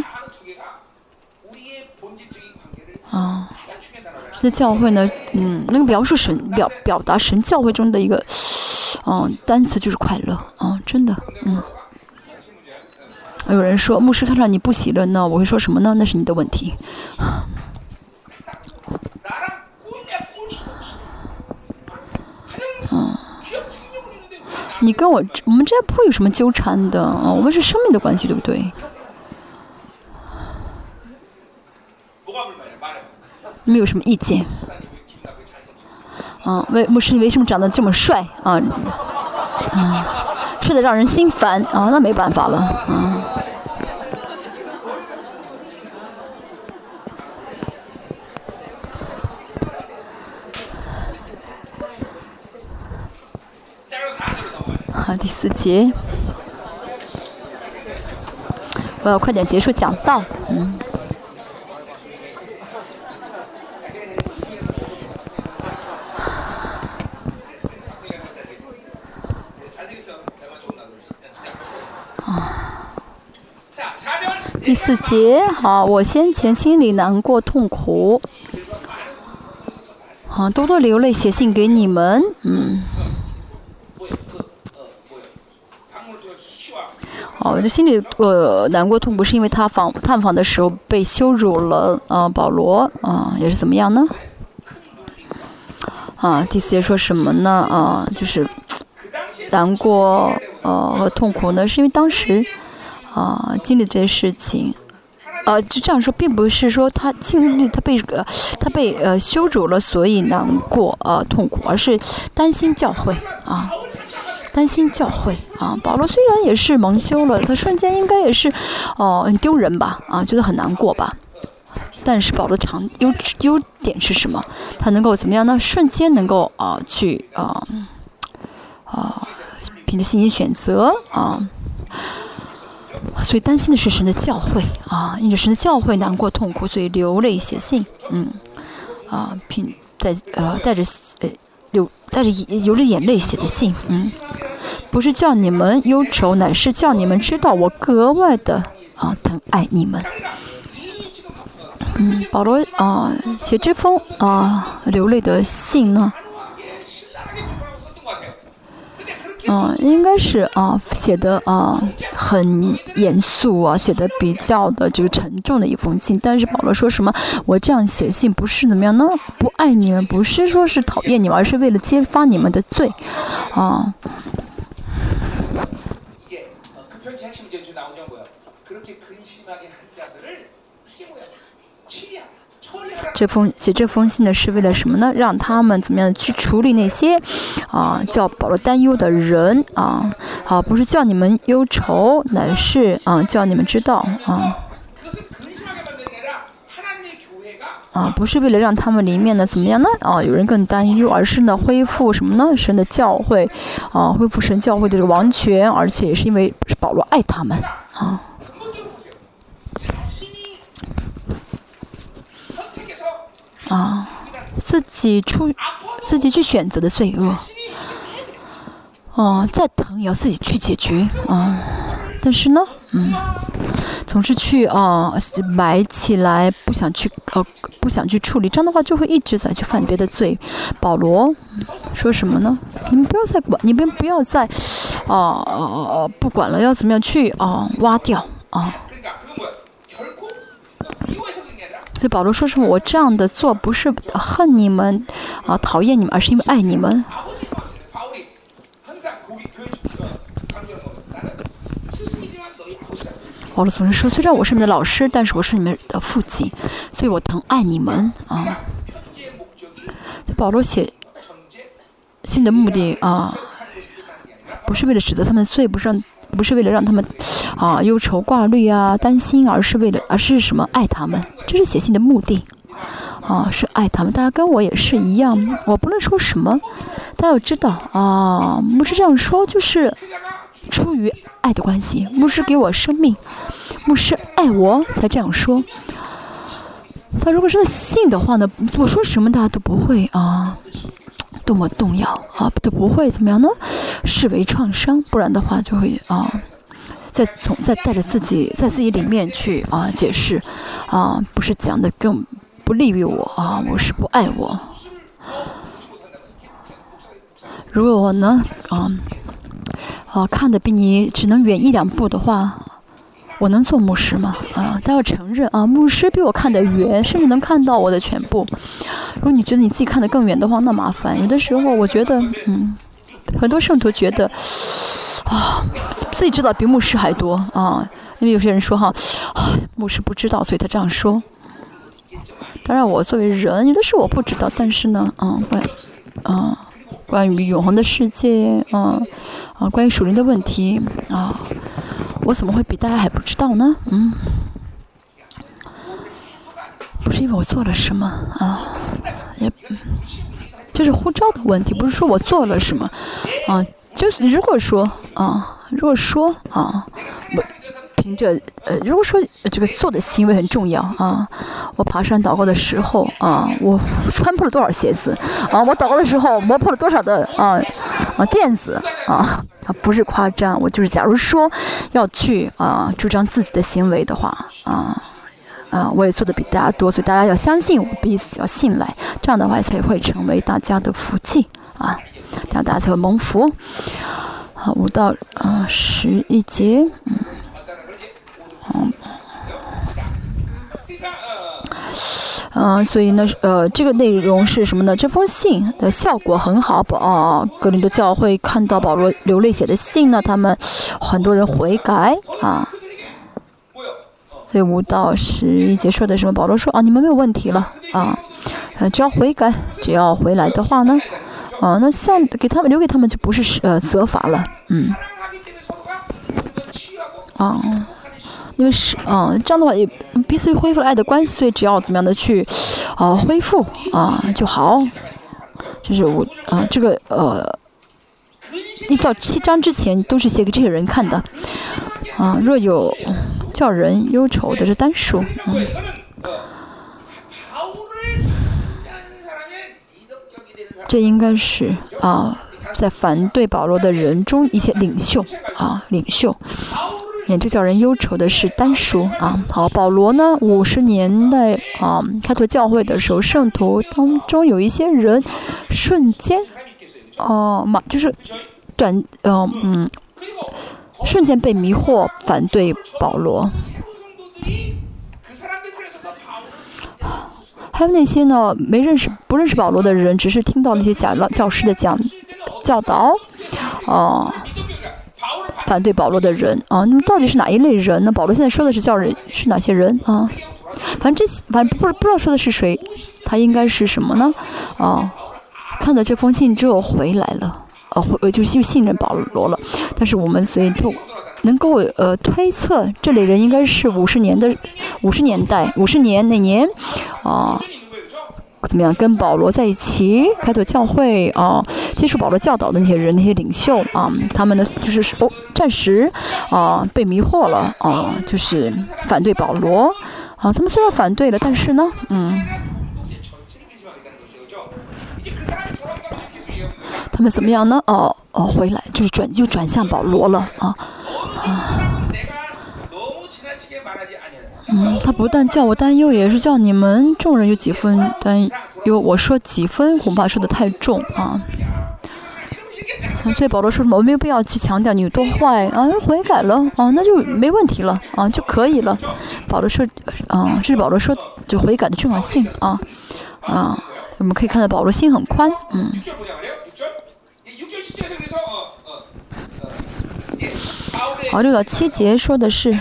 神的教会呢那个描述表达神教会中的一个单词就是快乐真的有人说牧师看到你不喜乐呢，我会说什么呢？那是你的问题你跟我们之间不会有什么纠缠的我们是生命的关系，对不对？你们有什么意见？牧师为什么长得这么帅帅得让人心烦那没办法了第4节，我要快点结束讲道第4节，好，我先前心里难过痛苦，多多流泪写信给你们，我这心里难过痛苦，是因为他探访的时候被羞辱了保罗也是怎么样呢？第4节说什么呢？就是难过和痛苦呢，是因为当时经历这些事情，就这样说，并不是说他被羞辱了，所以难过痛苦，而是担心教会担心教会保罗虽然也是蒙羞了，他瞬间应该也是很丢人吧觉得很难过吧。但是保罗优点是什么？他能够怎么样呢？瞬间能够去凭着信心选择所以担心的是神的教会因着神的教会难过痛苦，所以流泪写信带着流着眼泪写的信不是叫你们忧愁，乃是叫你们知道我格外的疼爱你们。保罗写这封流泪的信呢应该是写的很严肃写的比较的这个沉重的一封信。但是保罗说什么？我这样写信不是怎么样呢？不爱你们，不是说是讨厌你们，而是为了揭发你们的罪写这封信呢，是为了什么呢？让他们怎么样去处理那些叫保罗担忧的人不是叫你们忧愁，乃是叫你们知道不是为了让他们里面呢怎么样呢有人更担忧，而是呢恢复什么呢？神的教会恢复神教会的这个王权，而且也是因为保罗爱他们自己去选择的罪恶再疼也要自己去解决但是呢总是去埋起来，不想去处理，这样的话就会一直在去犯别的罪。保罗说什么呢？你们不要再不管了，要怎么样去挖掉啊。所以保罗说什么？我这样的做不是恨你们啊，讨厌你们，而是因为爱你们。保罗总是说，虽然我是你们的老师，但是我是你们的父亲，所以我疼爱你们啊。保罗写信的目的啊，不是为了指责他们罪，不是为了让他们忧愁挂虑啊、担心，而是什么？爱他们，这是写信的目的啊，是爱他们。大家跟我也是一样，我不论说什么，大家要知道啊，牧师这样说就是出于爱的关系，牧师给我生命，牧师爱我才这样说。他如果是信的话呢，我说什么大家都不会多么动摇啊，都不会怎么样呢？视为创伤，不然的话就会再带着自己在自己里面去解释不是讲的更不利于我我是不爱我。如果我呢看得比你只能远1-2步的话，我能做牧师吗？但要承认牧师比我看得远，甚至能看到我的全部。如果你觉得你自己看得更远的话，那麻烦。有的时候我觉得，很多圣徒觉得自己知道比牧师还多因为有些人说牧师不知道，所以他这样说。当然，我作为人，有的时候我不知道，但是呢，关于永恒的世界，关于属灵的问题我怎么会比大家还不知道呢？不是因为我做了什么也就是呼召的问题，不是说我做了什么就是如果说我凭着如果说这个做的行为很重要我爬山祷告的时候我穿破了多少鞋子我祷告的时候磨破了多少的垫子不是夸张，我就是假如说要去主张自己的行为的话我也做的比大家多，所以大家要相信我，彼此要信赖，这样的话才会成为大家的福气这样大家才会蒙福。5到11节，所以呢，这个内容是什么呢？这封信的效果很好哥林多教会看到保罗流泪写的信呢，他们很多人悔改所以5到11节说的什么？保罗说你们没有问题了只要悔改，只要回来的话呢，那留给他们就不是责罚了，因为是这样的话也彼此恢复了爱的关系，所以只要怎么样的去恢复就好。就是这个1到7章之前都是写给这些人看的若有叫人忧愁的是单数这应该是在反对保罗的人中一些领袖这叫人忧愁的是单数好，保罗呢50年代开拓教会的时候，圣徒当中有一些人瞬间就是瞬间被迷惑，反对保罗。还有那些呢不认识保罗的人，只是听到那些假教师的教导反对保罗的人那么到底是哪一类人呢？保罗现在说的是是哪些人反正不知道说的是谁，他应该是什么呢？看到这封信之后回来了。就信任保罗了，但是我们所以都能够推测，这类人应该是50年那年怎么样跟保罗在一起开拓教会接受保罗教导的那些人，那些领袖他们呢就是暂时被迷惑了就是反对保罗他们虽然反对了，但是呢他们怎么样呢？回来就是转向保罗了他不但叫我担忧，也是叫你们众人有几分担忧。我说几分，恐怕说的太重所以保罗说什么？我没有必要去强调你有多坏啊，悔改了啊，那就没问题了啊，就可以了。保罗说，这是保罗说这悔改的重要性啊。我们可以看到保罗心很宽，好，6到7节说的是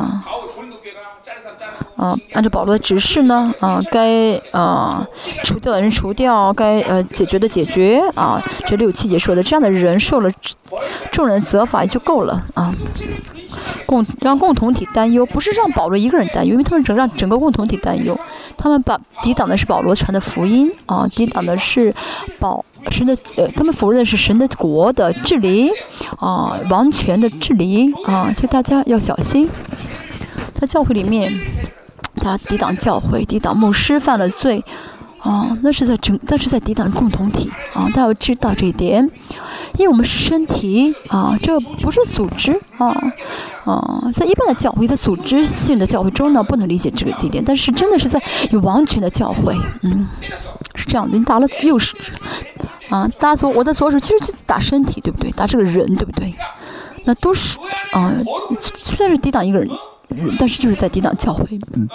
按照保罗的指示呢，该除掉的人除掉，该解决的解决这6、7节说的，这样的人受了众人责罚就够了啊。让共同体担忧，不是让保罗一个人担忧，因为他们让整个共同体担忧。他们抵挡的是保罗传的福音抵挡的是神的他们否认的是神的国的治理王权的治理所以大家要小心。在教会里面，他抵挡教会，抵挡牧师犯了罪那是在抵挡共同体大家要知道这一点。因为我们是身体这个不是组织在一般的教会，在组织性的教会中呢，不能理解这个地点，但是真的是在有王权的教会，是这样的。你打了右手打我的左手，其实就打身体，对不对？打这个人，对不对？那都是虽然是抵挡一个人，但是就是在抵挡教会。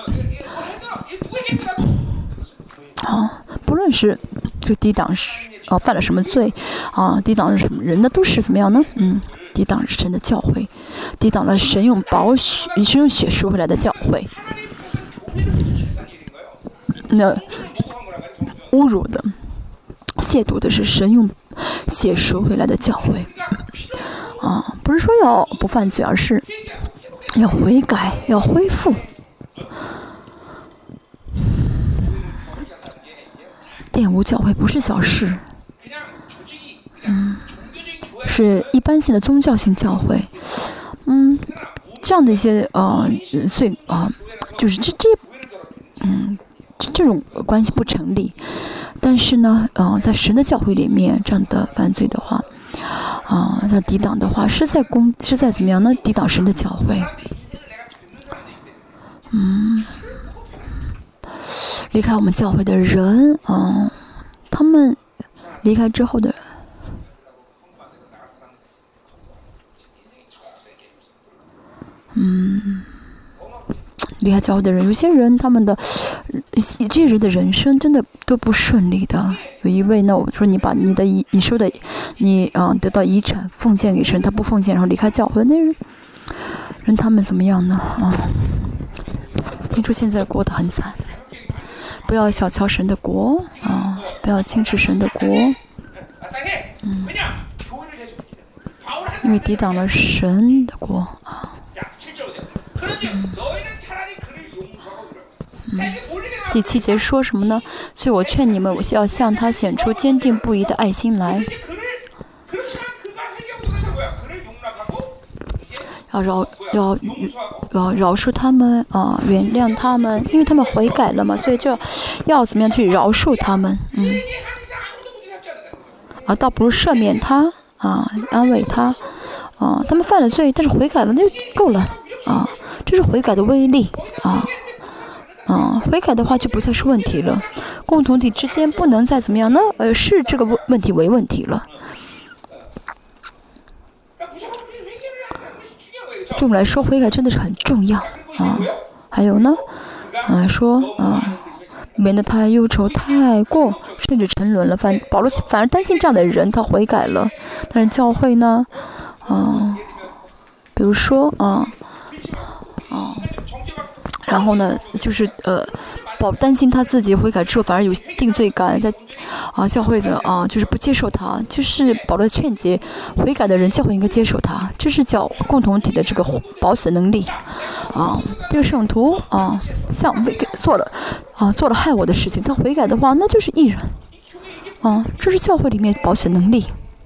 不论是这抵挡是犯了什么罪抵挡了什么人呢，都是怎么样呢？抵挡神的教会，抵挡了神用血赎回来的教会。那侮辱的、亵渎的是神用血赎回来的教会不是说要不犯罪，而是要悔改，要恢复。玷污教会不是小事，是一般性的宗教性教会，这样的一些罪就是这种关系不成立。但是呢，在神的教会里面，这样的犯罪的话，这样抵挡的话，是在怎么样呢？抵挡神的教会，离开我们教会的人，他们离开之后的，离开教会的人，有些人这些人的人生真的都不顺利的。有一位呢，我说你把你收的得到遗产奉献给神，他不奉献，然后离开教会，那人他们怎么样呢？听说现在过得很惨。不要小瞧神的国不要轻视神的国，因为抵挡了神的国第7节说什么呢？所以我劝你们，我要向他显出坚定不移的爱心来，要饶恕他们原谅他们，因为他们悔改了嘛，所以就要怎么样去饶恕他们，倒不如赦免他安慰他他们犯了罪，但是悔改了，那就够了这是悔改的威力悔改的话就不再是问题了，共同体之间不能再怎么样呢？视这个问题为问题了。对我们来说，悔改真的是很重要还有呢，说免得他忧愁太过，甚至沉沦了。保罗反而担心这样的人，他悔改了，但是教会呢，比如说然后呢，就是担心他自己悔改之后反而有定罪感，在教会的就是不接受他，就是保罗劝诫悔改的人，教会应该接受他，这是叫共同体的这个保险能力这个圣徒像做了害我的事情，他悔改的话，那就是义人这是教会里面保险能力。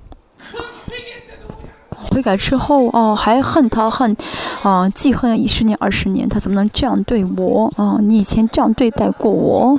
悔改之后还恨他记恨10年20年，他怎么能这样对我你以前这样对待过我。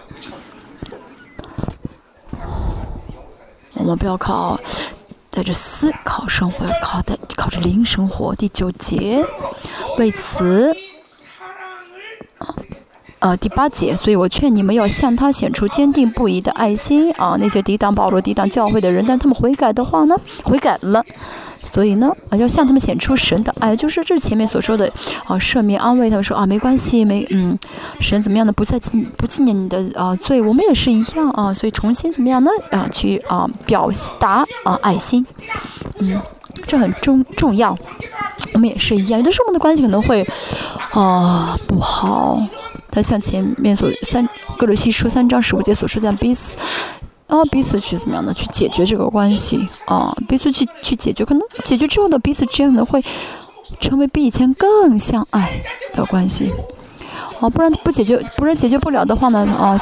我们不要带着思考生活，靠着灵生活。第9节，为此第8节，所以我劝你们要向他显出坚定不移的爱心啊！那些抵挡保罗、抵挡教会的人，但他们悔改的话呢，悔改了。所以呢，要向他们显出神的爱，就是这前面所说的赦免、安慰他们说没关系，神怎么样的不纪念你的罪，我们也是一样啊，所以重新怎么样呢去表达爱心，这很重要。我们也是一样，有的时候我们的关系可能会不好，他像前面哥罗西书3章15节所说的彼此去怎么样的去解决这个关系彼此去解决，可能解决之后的彼此之间可能会成为比以前更相爱的关系不然解决不了的话呢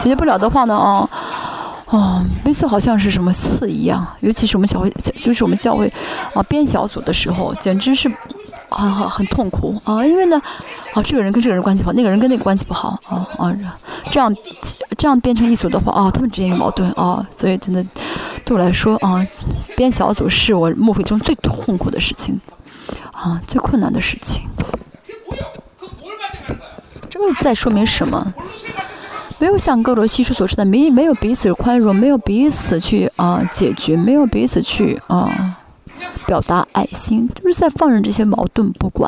彼此好像是什么刺一样，尤其是我们教会编小组的时候，简直是很痛苦因为呢这个人跟这个人关系不好，那个人跟那个关系不好这样变成一组的话他们之间有矛盾所以真的对我来说编小组是我牧会中最痛苦的事情最困难的事情。这个在说明什么？没有像哥罗西书所说的没有彼此宽容，没有彼此去解决，没有彼此去表达爱心，就是在放任这些矛盾不管。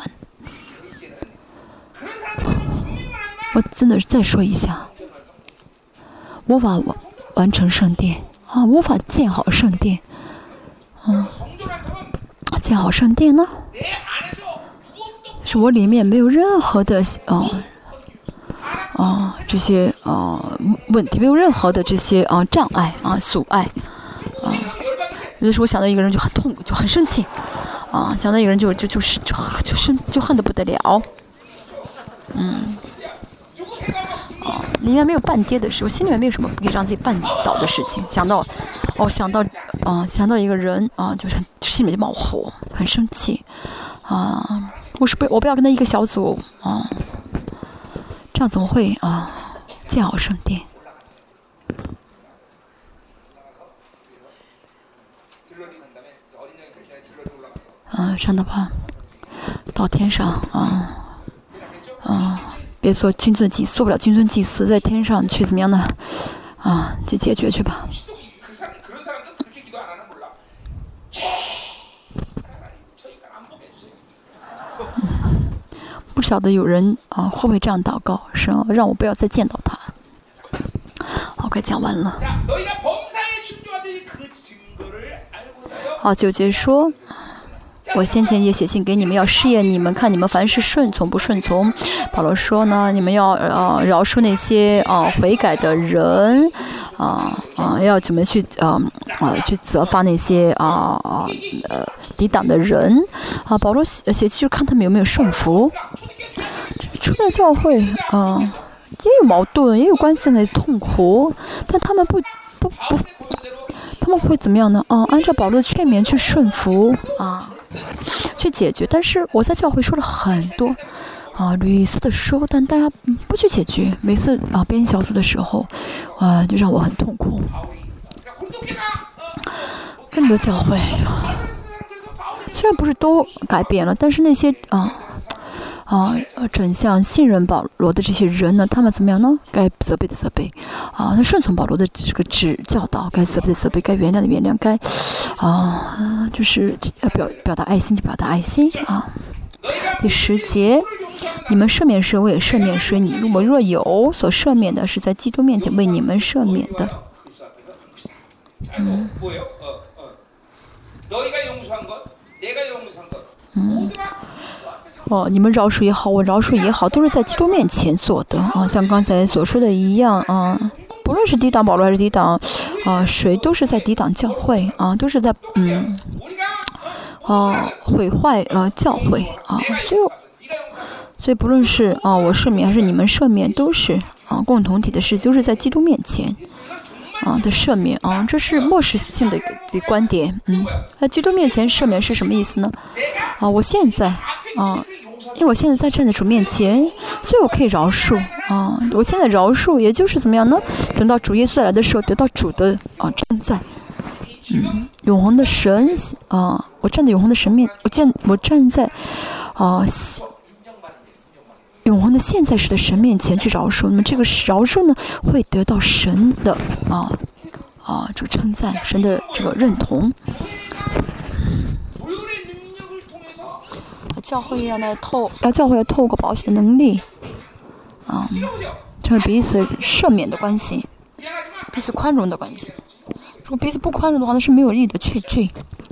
我真的是再说一下，无法完成圣殿无法建好圣殿建好圣殿呢是我里面没有任何的这些问题，没有任何的这些障碍阻碍有的时候我想到一个人就很痛苦，就很生气想到一个人就恨得不得了里面没有半跌的事，我心里面没有什么不可以让自己绊倒的事情。想到一个人就是心里面就冒火，很生气我不要跟他一个小组这样怎么会建好圣殿？上的话到天上别做君尊祭司，做不了君尊祭司，在天上去怎么样呢？去解决去吧。不晓得有人会不会这样祷告，神让我不要再见到他。好，快讲完了。好，9节说。我先前也写信给你们，要试验你们，看你们凡事顺从不顺从。保罗说呢，你们要饶恕那些悔改的人，要怎么去去责罚那些抵挡的人保罗写就是看他们有没有顺服。初代教会也有矛盾，也有关系的痛苦，但他们不，他们会怎么样呢？按照保罗的劝勉去顺服去解决。但是我在教会说了很多屡次的说，但大家不去解决。每次编小组的时候就让我很痛苦。更多教会虽然不是都改变了，但是那些转向信任保罗的这些人呢，他们怎么样呢？该责备的责备他顺从保罗的这个教导，该责备的责备，该原谅的原谅，该就是表达爱心就表达爱心第10节，你们赦免谁，我也赦免谁。你我若有所赦免的，是在基督面前为你们赦免的。你们饶恕也好，我饶恕也好，都是在基督面前做的像刚才所说的一样不论是抵挡保罗还是抵挡谁，都是在抵挡教会都是在毁坏教会所以不论是我赦免还是你们赦免，都是共同体的事，就是在基督面前的赦免这是末世性的观点。在基督面前赦免是什么意思呢？我现在因为我现在在站在主面前，所以我可以饶恕我现在饶恕，也就是怎么样呢？等到主耶稣再来的时候，得到主的称赞。永恒的神我站在永恒的神面，我站在永恒的现在时的神面前去饶恕，那么这个饶恕呢，会得到神的这个称赞，神的这个认同。教会要透过保险的能力，成为彼此赦免的关系，彼此宽容的关系。如果彼此不宽容的话，那是没有意义的确据。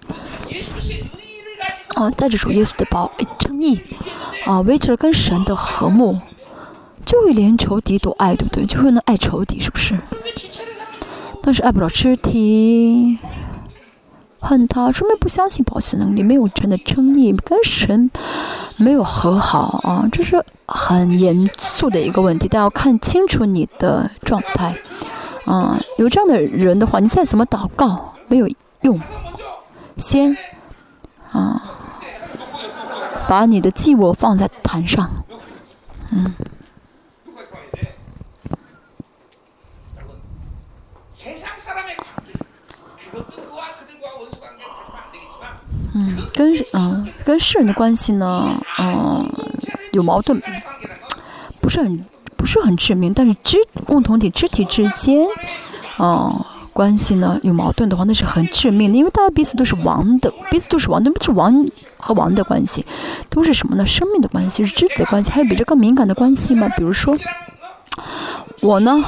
带着主耶稣的称义，维持了跟神的和睦，就会连仇敌都爱，对不对？就会能爱仇敌，是不是？但是爱不了肢体，恨他，说明不相信保险能力，没有真的称义，跟神没有和好这是很严肃的一个问题。但要看清楚你的状态，有这样的人的话，你再怎么祷告没有用，先把你的祭物放在坛上，跟世人的关系呢，有矛盾，不是很致命，但是共同体肢体之间，关系呢有矛盾的话，那是很致命的，因为大家彼此都是王的，不是王和王的关系，都是什么呢？生命的关系，是肢体的关系，还有比这更敏感的关系吗？比如说，我呢，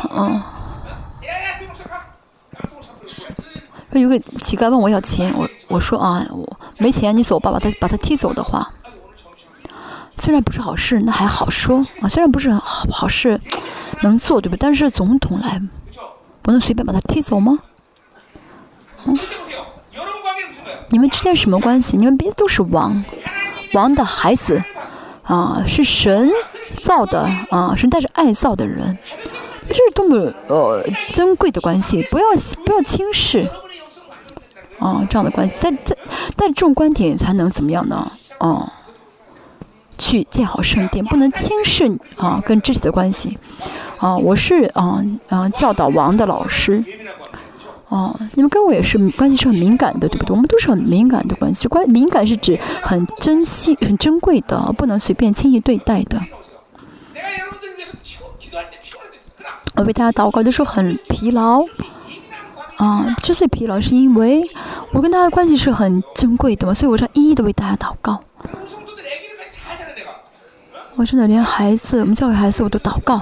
有个乞丐问我要钱，我说我没钱，你走吧，把他踢走的话，虽然不是好事，那还好说虽然不是好事能做，对不对？但是总统来，不能随便把他踢走吗？你们之间是什么关系？你们彼此都是王的孩子是神造的神带着爱造的人，这是多么珍贵的关系，不要轻视这样的关系，但这种观点才能怎么样呢？去建好圣殿，不能轻视跟肢体的关系我是教导王的老师你们跟我也是关系是很敏感的，对不对？我们都是很敏感的关系，敏感是指很珍惜、很珍贵的，不能随便轻易对待的。我为大家祷告的时候很疲劳之所以疲劳是因为我跟大家的关系是很珍贵的嘛，所以我这样一一的为大家祷告。我真的连我们教育孩子我都祷告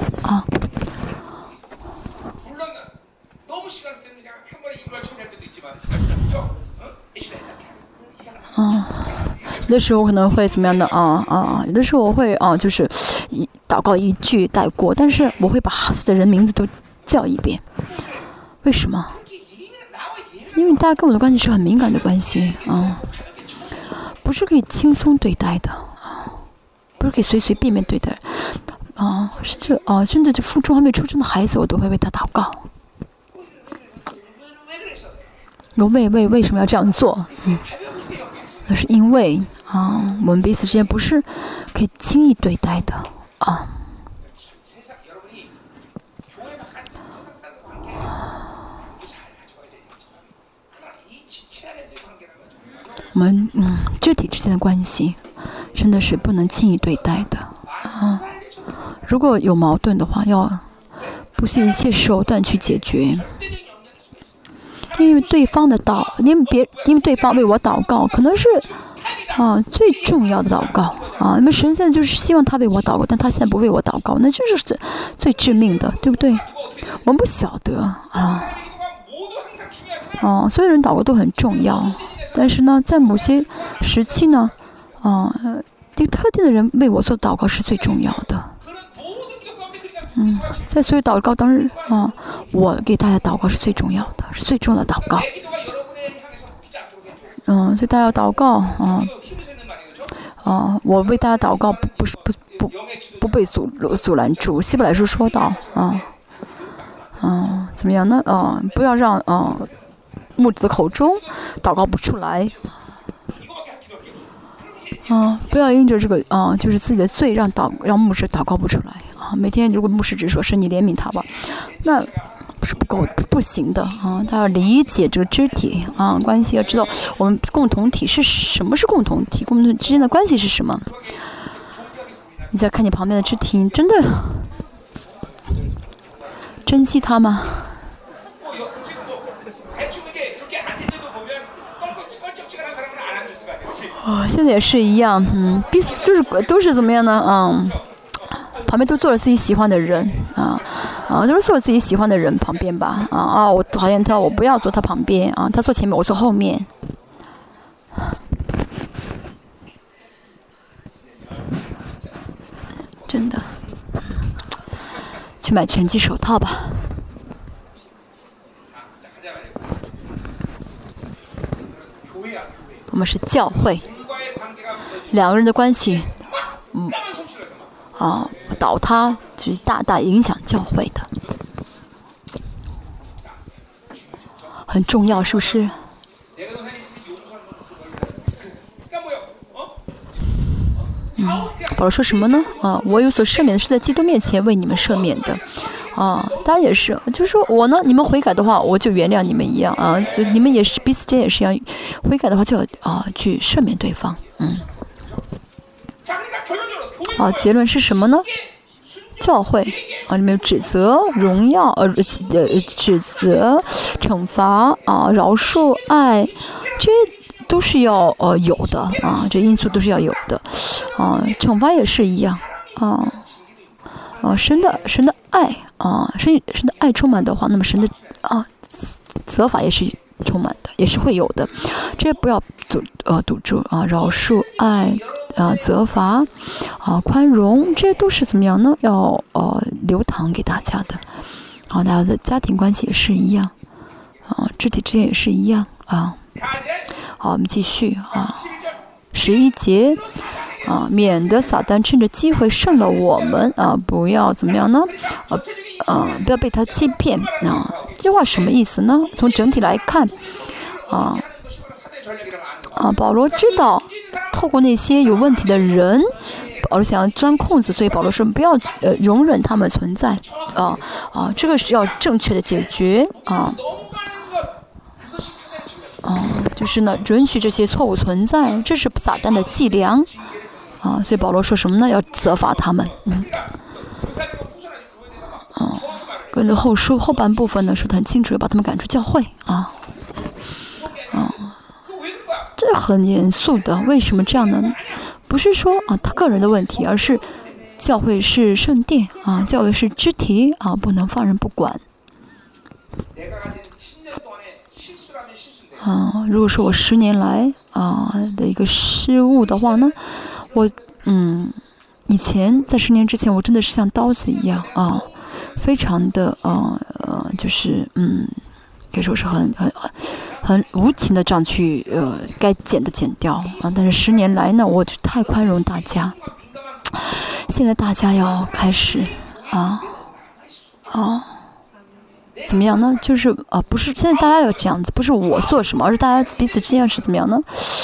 有的时候可能会怎么样的有的时候我会就是祷告一句带过，但是我会把所有的人名字都叫一遍。为什么？因为大家跟我的关系是很敏感的关系不是可以轻松对待的不是可以随随便便对待甚至这腹中还没出生的孩子我都会为他祷告。为什么要这样做？那是因为我们彼此之间不是可以轻易对待的我们肢体之间的关系真的是不能轻易对待的如果有矛盾的话，要不惜一切手段去解决。因为对方为我祷告，可能是最重要的祷告因为神现在就是希望他为我祷告，但他现在不为我祷告，那就是最致命的，对不对？我们不晓得所有人祷告都很重要，但是呢，在某些时期呢，一个特定的人为我做祷告是最重要的。在所有祷告当日我给大家祷告是最重要的，是最重要的祷告。所以大家要祷告我为大家祷告不被阻拦住。希伯来书说到怎么样呢？不要让牧者的口中祷告不出来不要因着这个就是自己的罪让牧师祷告不出来每天如果牧师只说是你怜悯他吧，那是不行的他要理解这个肢体关系，要知道我们共同体是什么，是共同体，共同体之间的关系是什么。 你再看你旁边的肢体，你真的珍惜它吗？现在也是一样，彼此都是怎么样呢？旁边都坐着自己喜欢的人，都是坐自己喜欢的人旁边吧，我讨厌他，我不要坐他旁边，他坐前面，我坐后面。真的，去买拳击手套吧。我们是教会，两个人的关系，倒塌就是大大影响教会的，很重要，是不是？保罗说什么呢？我有所赦免的是在基督面前为你们赦免的。当然也是，就是说我呢，你们悔改的话，我就原谅你们一样所以你们也是彼此间也是一样，悔改的话就要去赦免对方。结论是什么呢？教会里面有指责、荣耀、指责、惩罚饶恕、爱，这些都是要有的这因素都是要有的惩罚也是一样神的爱神的爱充满的话，那么神的责罚也是充满的，也是会有的。这些不要堵住饶恕、爱责罚宽容，这些都是怎么样呢？要流淌给大家的。大家的家庭关系也是一样肢体之间也是一样好，我们继续11节免得撒旦趁着机会胜了我们不要怎么样呢？不要被他欺骗这话什么意思呢？从整体来看保罗知道透过那些有问题的人，保罗想要钻空子，所以保罗说不要容忍他们存在这个是要正确的解决就是呢允许这些错误存在，这是撒旦的伎俩所以保罗说什么呢？要责罚他们跟着后书后半部分呢说得很清楚，要把他们赶出教会这很严肃的。为什么这样呢？不是说他个人的问题，而是教会是圣殿教会是肢体不能放任不管如果说我10年来的一个失误的话呢，我以前在10年之前，我真的是像刀子一样非常的就是可以说是很无情的这样去该剪的剪掉但是10年来呢，我就太宽容大家。现在大家要开始怎么样呢？就是不是现在大家要这样子，不是我做什么，而是大家彼此之间是怎么样呢？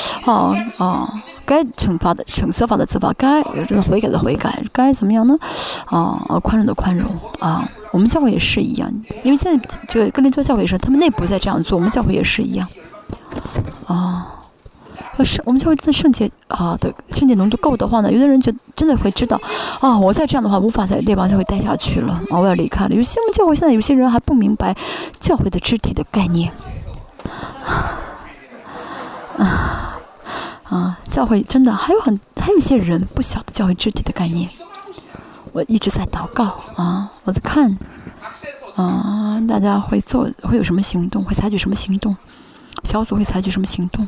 该惩罚的责罚的责罚，该悔改的悔改，该怎么样呢？宽容的宽容我们教会也是一样，因为现在这个哥林多教会也是，他们内部在这样做，我们教会也是一样我们教会真的圣洁浓度够的话呢，有的人就真的会知道我再这样的话无法在列邦教会待下去了我要离开了。有些我们教会现在有些人还不明白教会的肢体的概念教会真的还有一些人不晓得教会肢体的概念。我一直在祷告我在看大家会有什么行动，会采取什么行动，小组会采取什么行动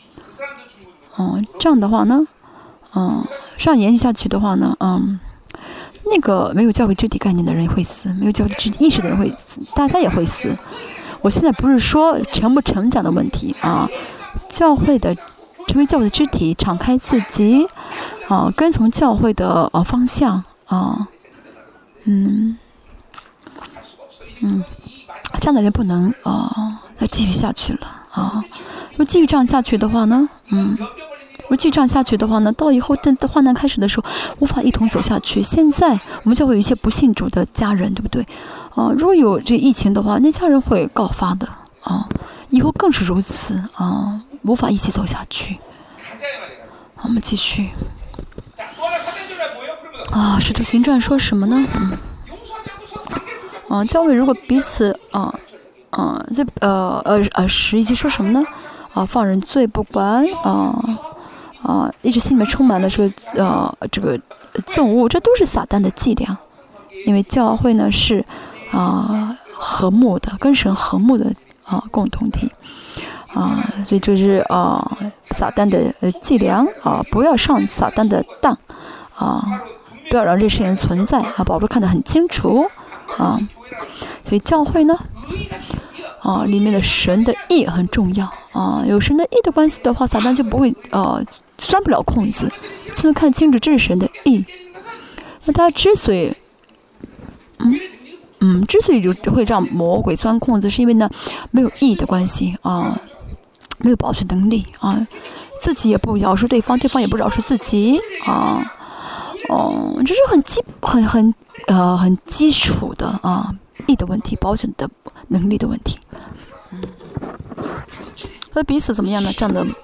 这样的话呢这样延续下去的话呢那个没有教会肢体概念的人会死，没有教会肢体意识的人会死，大家也会死。我现在不是说成不成长的问题成为教会的肢体，敞开自己跟从教会的方向这样的人不能再继续下去了如果继续这样下去的话呢到以后等患难开始的时候无法一同走下去。现在我们教会有一些不信主的家人，对不对如果有这疫情的话，那家人会告发的以后更是如此无法一起走下去我们继续使徒行传说什么呢？教会如果彼此11节说什么呢？放人罪不管一直心里面充满了这个憎恶，这都是撒旦的伎俩。因为教会呢是和睦的，跟神和睦的共同体所以这是撒旦的伎俩不要上撒旦的当不要让这些人存在保罗看得很清楚所以教会呢里面的神的义很重要有神的义的关系的话，撒旦就不会钻不了空子，就能看清楚这是神的义。那他之所以会让魔鬼钻空子，是因为呢没有义的关系没有保持能力自己也不饶恕对方，对方也不饶恕自己这是很基础的义的问题，保存的能力的问题。所以彼此怎么样呢？这样的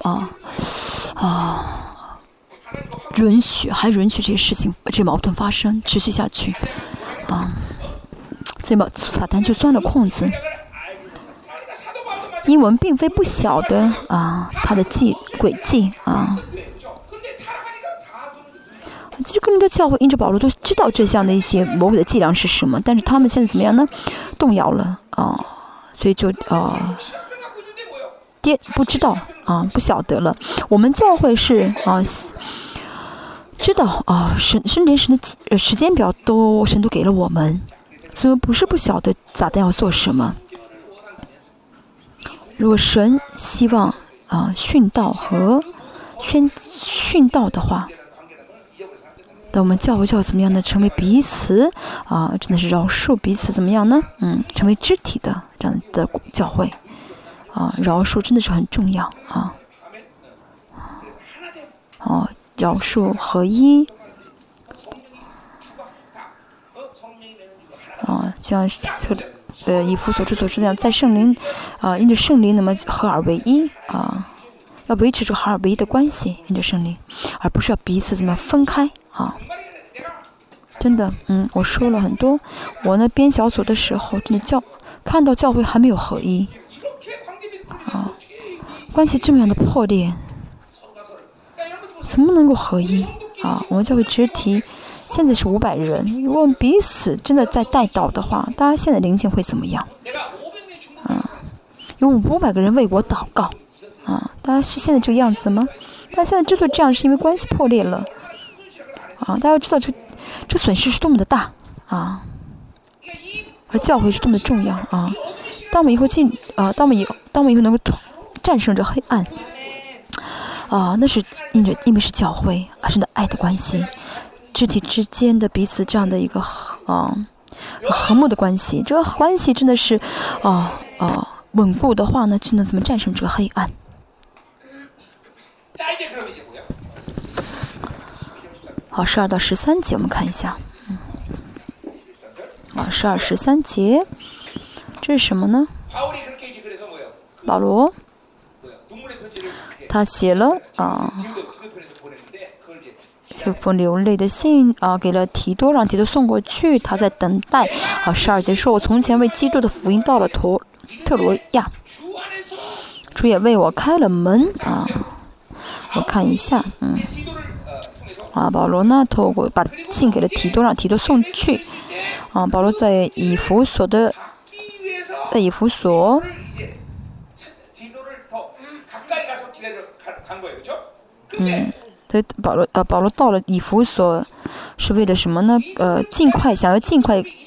还允许这些事情这矛盾发生持续下去所以撒旦就钻了空子。因为我们并非不晓得他的诡计其实更多教会因着保罗都知道这项的一些魔鬼的伎俩是什么，但是他们现在怎么样呢？动摇了所以就不知道不晓得了。我们教会是知道连神的时间表神都给了我们，所以不是不晓得撒旦要做什么。如果神希望殉道和殉道的话，那我们教会就要怎么样呢？成为彼此真的是饶恕彼此怎么样呢？成为肢体的这样的教会饶恕真的是很重要饶恕合一像以弗所说这样，在圣灵因着圣灵那么合而为一要维持这个合而为一的关系，因着圣灵，而不是要彼此怎么分开真的我说了很多，我呢编小组的时候真的看到教会还没有合一关系这么样的破裂，怎么能够合一我们教会肢体现在是500人，如果我们彼此真的在带祷的话，大家现在灵性会怎么样有500个人为我祷告大家是现在这个样子吗？大家现在之所以这样是因为关系破裂了大家要知道这损失是多么的大而教会是多么的重要当我们以后当我们以后能够战胜这黑暗那是因为是教会神的爱的关系，肢体之间的彼此这样的一个和睦的关系，这个关系真的是稳固的话呢，就能怎么战胜这个黑暗。好，12到13节我们看一下12、13节这是什么呢？保罗他写了这封流泪的信给了提多，让提多送过去，他在等待12节说，我从前为基督的福音到了特罗亚，主也为我开了门我看一下保罗呢透过把信给了提多，让提多送去保罗在以弗所对保罗到了以弗所是为了什么呢？想要尽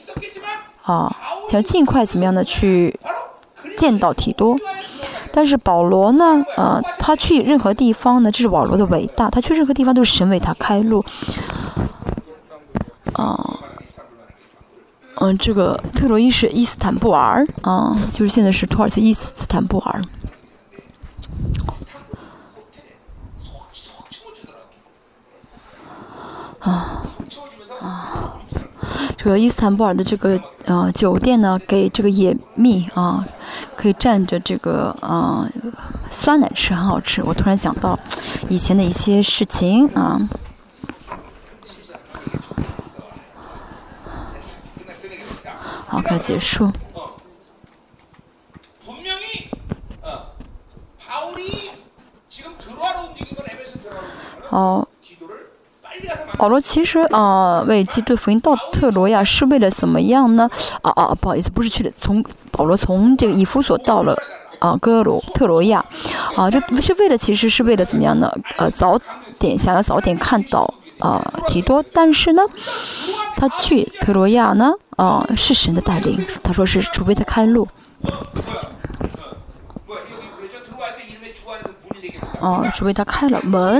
快怎么样的去见到提多。但是保罗呢他去任何地方呢，这是保罗的伟大，他去任何地方都是神为他开路这个特洛伊是伊斯坦布尔就是现在是土耳其伊斯坦布尔这个伊斯坦布尔的这个酒店呢，给这个野蜜可以蘸着这个酸奶吃，很好吃。我突然想到以前的一些事情好，快结束。哦，保罗其实为基督福音到特罗亚是为了怎么样呢？不好意思，不是去的，保罗从这个以弗所到了特罗亚，这是为了，其实是为了怎么样呢？想要早点看到提多，但是呢，他去特罗亚呢，是神的带领，他说是除非他开路。除非他开了门。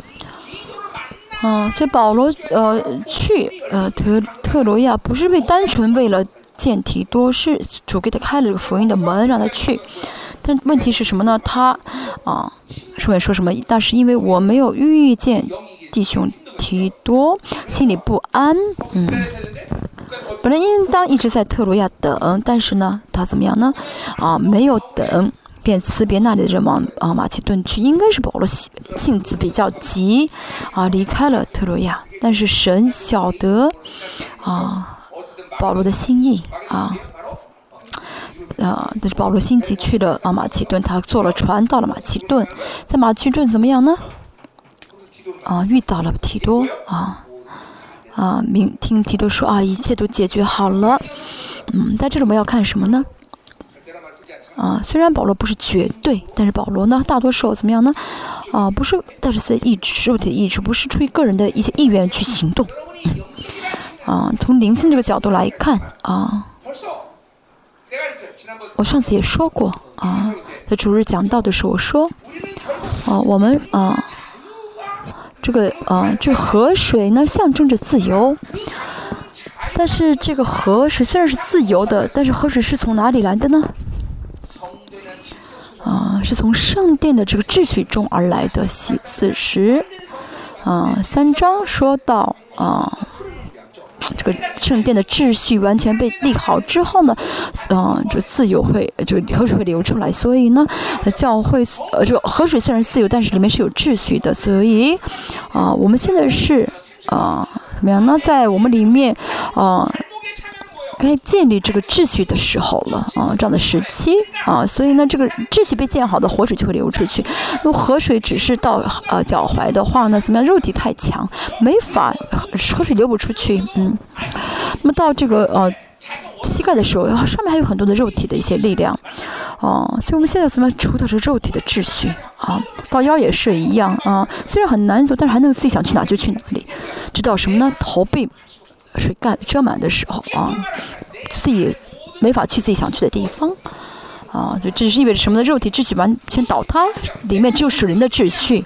所以保罗去特罗亚不是单纯为了见提多，是主给他开了这个福音的门让他去。但问题是什么呢？他说什么？但是因为我没有遇见弟兄提多，心里不安。本来应当一直在特罗亚等，但是呢，他怎么样呢？没有等。便辞别那里的人往马其顿去，应该是保罗性子比较急离开了特罗亚。但是神晓得保罗的心意但是保罗心急去了马其顿，他坐了船到了马其顿，在马其顿怎么样呢？遇到了提多听提多说一切都解决好了。在这里我们要看什么呢？虽然保罗不是绝对，但是保罗呢，大多数怎么样呢？不是带着自己的意志、肉体的意志，不是出于个人的一些意愿去行动。从灵性这个角度来看我上次也说过在主日讲道的时候我说，我们这个河水呢象征着自由，但是这个河水虽然是自由的，但是河水是从哪里来的呢？是从圣殿的这个秩序中而来的。43章说到这个圣殿的秩序完全被立好之后呢，这自由这个河水会流出来。所以呢，教会这个河水虽然自由，但是里面是有秩序的。所以我们现在是怎么样呢？在我们里面该建立这个秩序的时候了这样的时期所以呢，这个秩序被建好的，活水就会流出去。如果河水只是到脚踝的话呢，怎么样？肉体太强，没法河水流不出去。那么到这个膝盖的时候，上面还有很多的肉体的一些力量所以我们现在怎么除掉这肉体的秩序到腰也是一样虽然很难走，但是还能自己想去哪就去哪里。直到什么呢？头被水遮满的时候自己没法去自己想去的地方所以这是意味着什么呢？肉体秩序完全倒塌，里面只有属灵的秩序。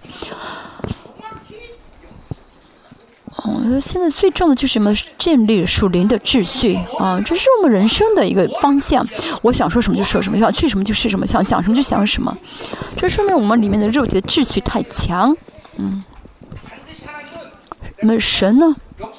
现在最重要的就是什么？建立属灵的秩序这是我们人生的一个方向。我想说什么就说什么，想去什么就是什么，想什么就想什么。这说明我们里面的肉体的秩序太强。那神呢？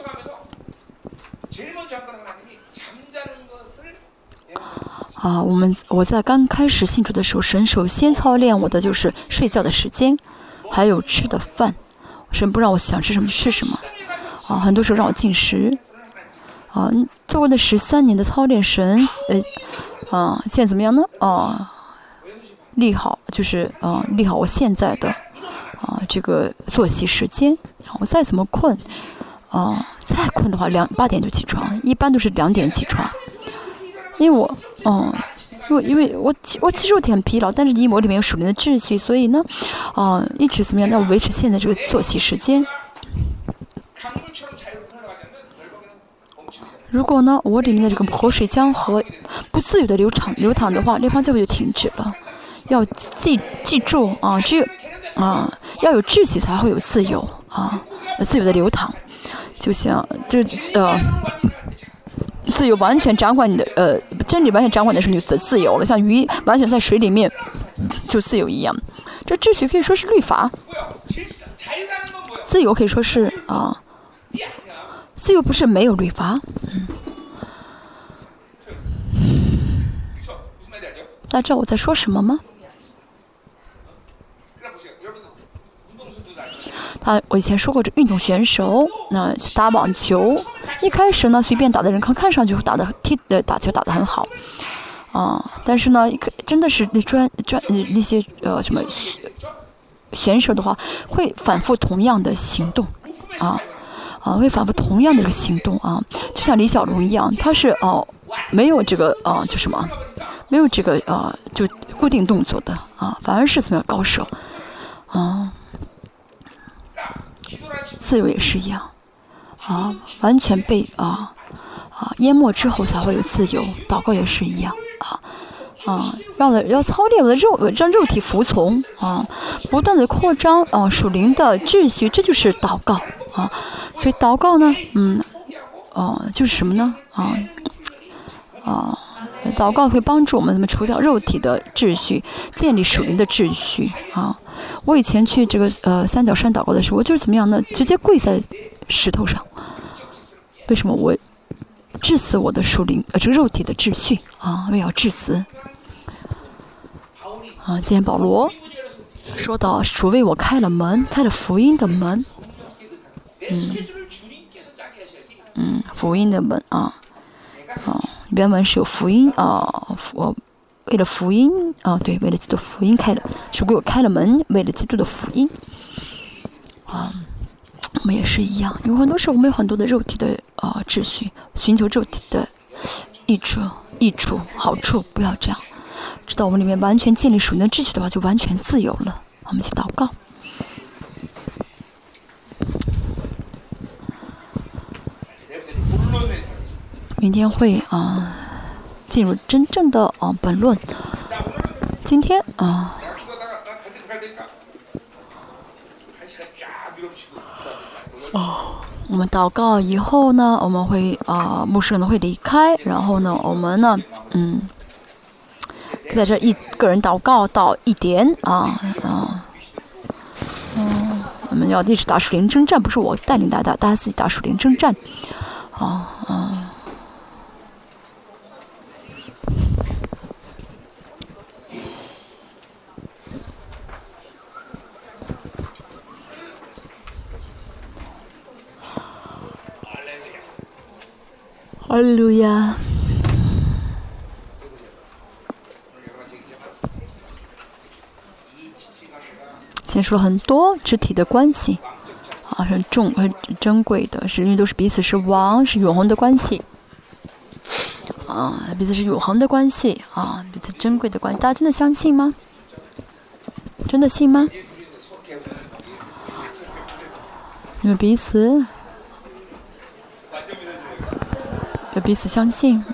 我在刚开始信主的时候，神首先操练我的就是睡觉的时间，还有吃的饭。神不让我想吃什么就吃什么很多时候让我禁食做过那13年的操练，神现在怎么样呢？立好我现在的这个作息时间。我再怎么困再困的话8点就起床，一般都是2点起床。因为我其实有点疲劳，但是因为我里面有属灵的秩序，所以呢一直怎么样要维持现在这个作息时间。如果呢我里面的这个活水江河不自由的流淌的话，列邦教会就停止了。要记住只有要有秩序才会有自由自由的流淌。就像自由完全掌管你的真理完全掌管的时候，你就自由了，像鱼完全在水里面就自由一样。这秩序可以说是律法，自由可以说是自由不是没有律法。大家知道我在说什么吗？我以前说过，这运动选手打网球一开始呢，随便打的人看上去打球打得很好，但是呢，真的是那些什么选手的话，会反复同样的行动，会反复同样的这个行动就像李小龙一样，他是没有这个就什么，没有这个就固定动作的反而是怎么样高手自由也是一样完全被淹没之后才会有自由，祷告也是一样要操练我的让肉体服从不断的扩张属灵的秩序，这就是祷告所以祷告呢就是什么呢祷告会帮助我们除掉肉体的秩序，建立属灵的秩序我以前去这个三角山祷告的时候，我就是怎么样呢？直接跪在石头上。为什么我致死我的属灵这个肉体的秩序我要致死今天保罗说到主为我开了门，开了福音的门福音的门原文是有福音为了福音对，为了基督福音开了，主给我开了门，为了基督的福音我们也是一样，有很多时候我们有很多的肉体的秩序，寻求肉体的益处好处，不要这样。直到我们里面完全建立属灵的秩序的话，就完全自由了。我们一起祷告。明天会进入真正的本论。今天我们祷告以后呢，我们会牧师可能会离开，然后呢，我们呢在这个人祷告到1点我们要一直打属灵征战，不是我带领大家自己打属灵征战哈利路亚。今天说了很多肢体的关系很珍贵的，因为都是彼此是王，是永恒的关系彼此是永恒的关系彼此珍贵的关系，大家真的相信吗？真的信吗？你们彼此要彼此相信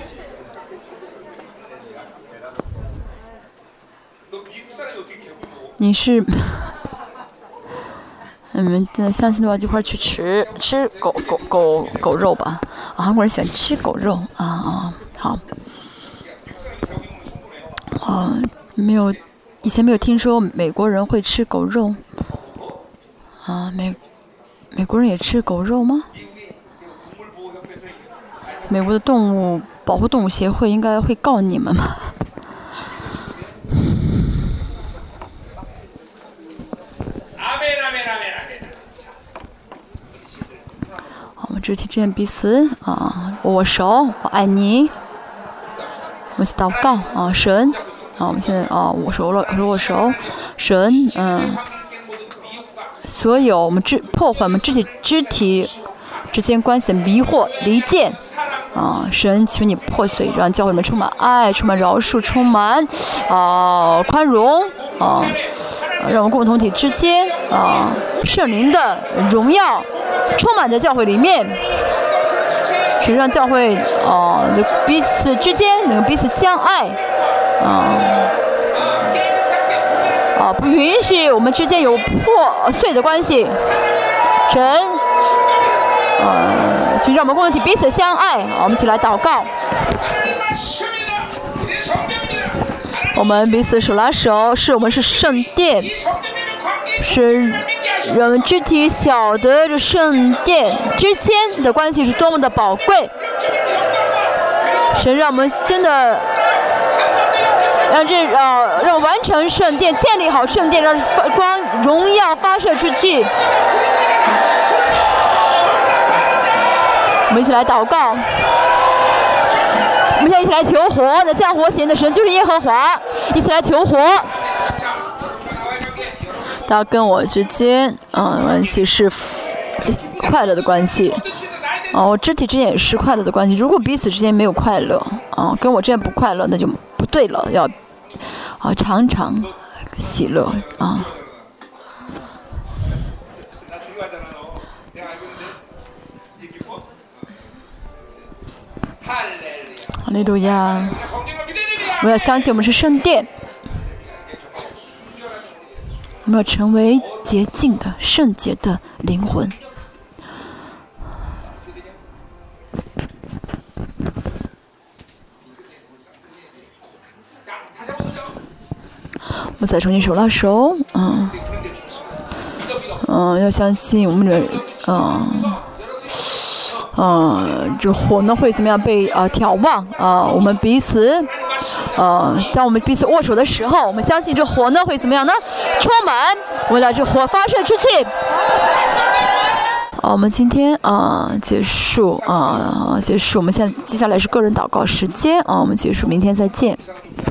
你是你们真的相信的话，就一块去吃狗肉吧韩国人喜欢吃狗肉好以前没有听说美国人会吃狗肉美国人也吃狗肉吗？美国的保护动物协会应该会告你们吧？我们肢体之间彼此握手，我爱你。我们祷告神我们现在握手，神所有我们破坏我们肢体之间关系的迷惑离间神求你破碎，让教会里面充满爱，充满饶恕，充满宽容让我们共同体之间圣灵的荣耀充满在教会里面，是让教会彼此之间能够彼此相爱不允许我们之间有破碎的关系，神请让我们共同体彼此相爱我们一起来祷告，我们彼此手拉手，我们是圣殿，是人肢体晓得这圣殿之间的关系是多么的宝贵，神让我们真的让完成圣殿，建立好圣殿，让光荣耀发射出去。 我们一起来祷告。我们现在一起来求活，那降活显的神就是耶和华，一起来求活。他跟我之间，关系是快乐的关系，我肢体之间也是快乐的关系。如果彼此之间没有快乐，跟我之间不快乐，那就不对了。要常常喜乐啊。哈利路亚！我要相信我们是圣殿，我们要成为洁净的、圣洁的灵魂。我再重新手拉手，要相信我们的，这火呢会怎么样被眺望？我们彼此，当我们彼此握手的时候，我们相信这火呢会怎么样呢？充满，我们把这火发射出去。我们今天结束，结束。我们现在接下来是个人祷告时间，我们结束，明天再见。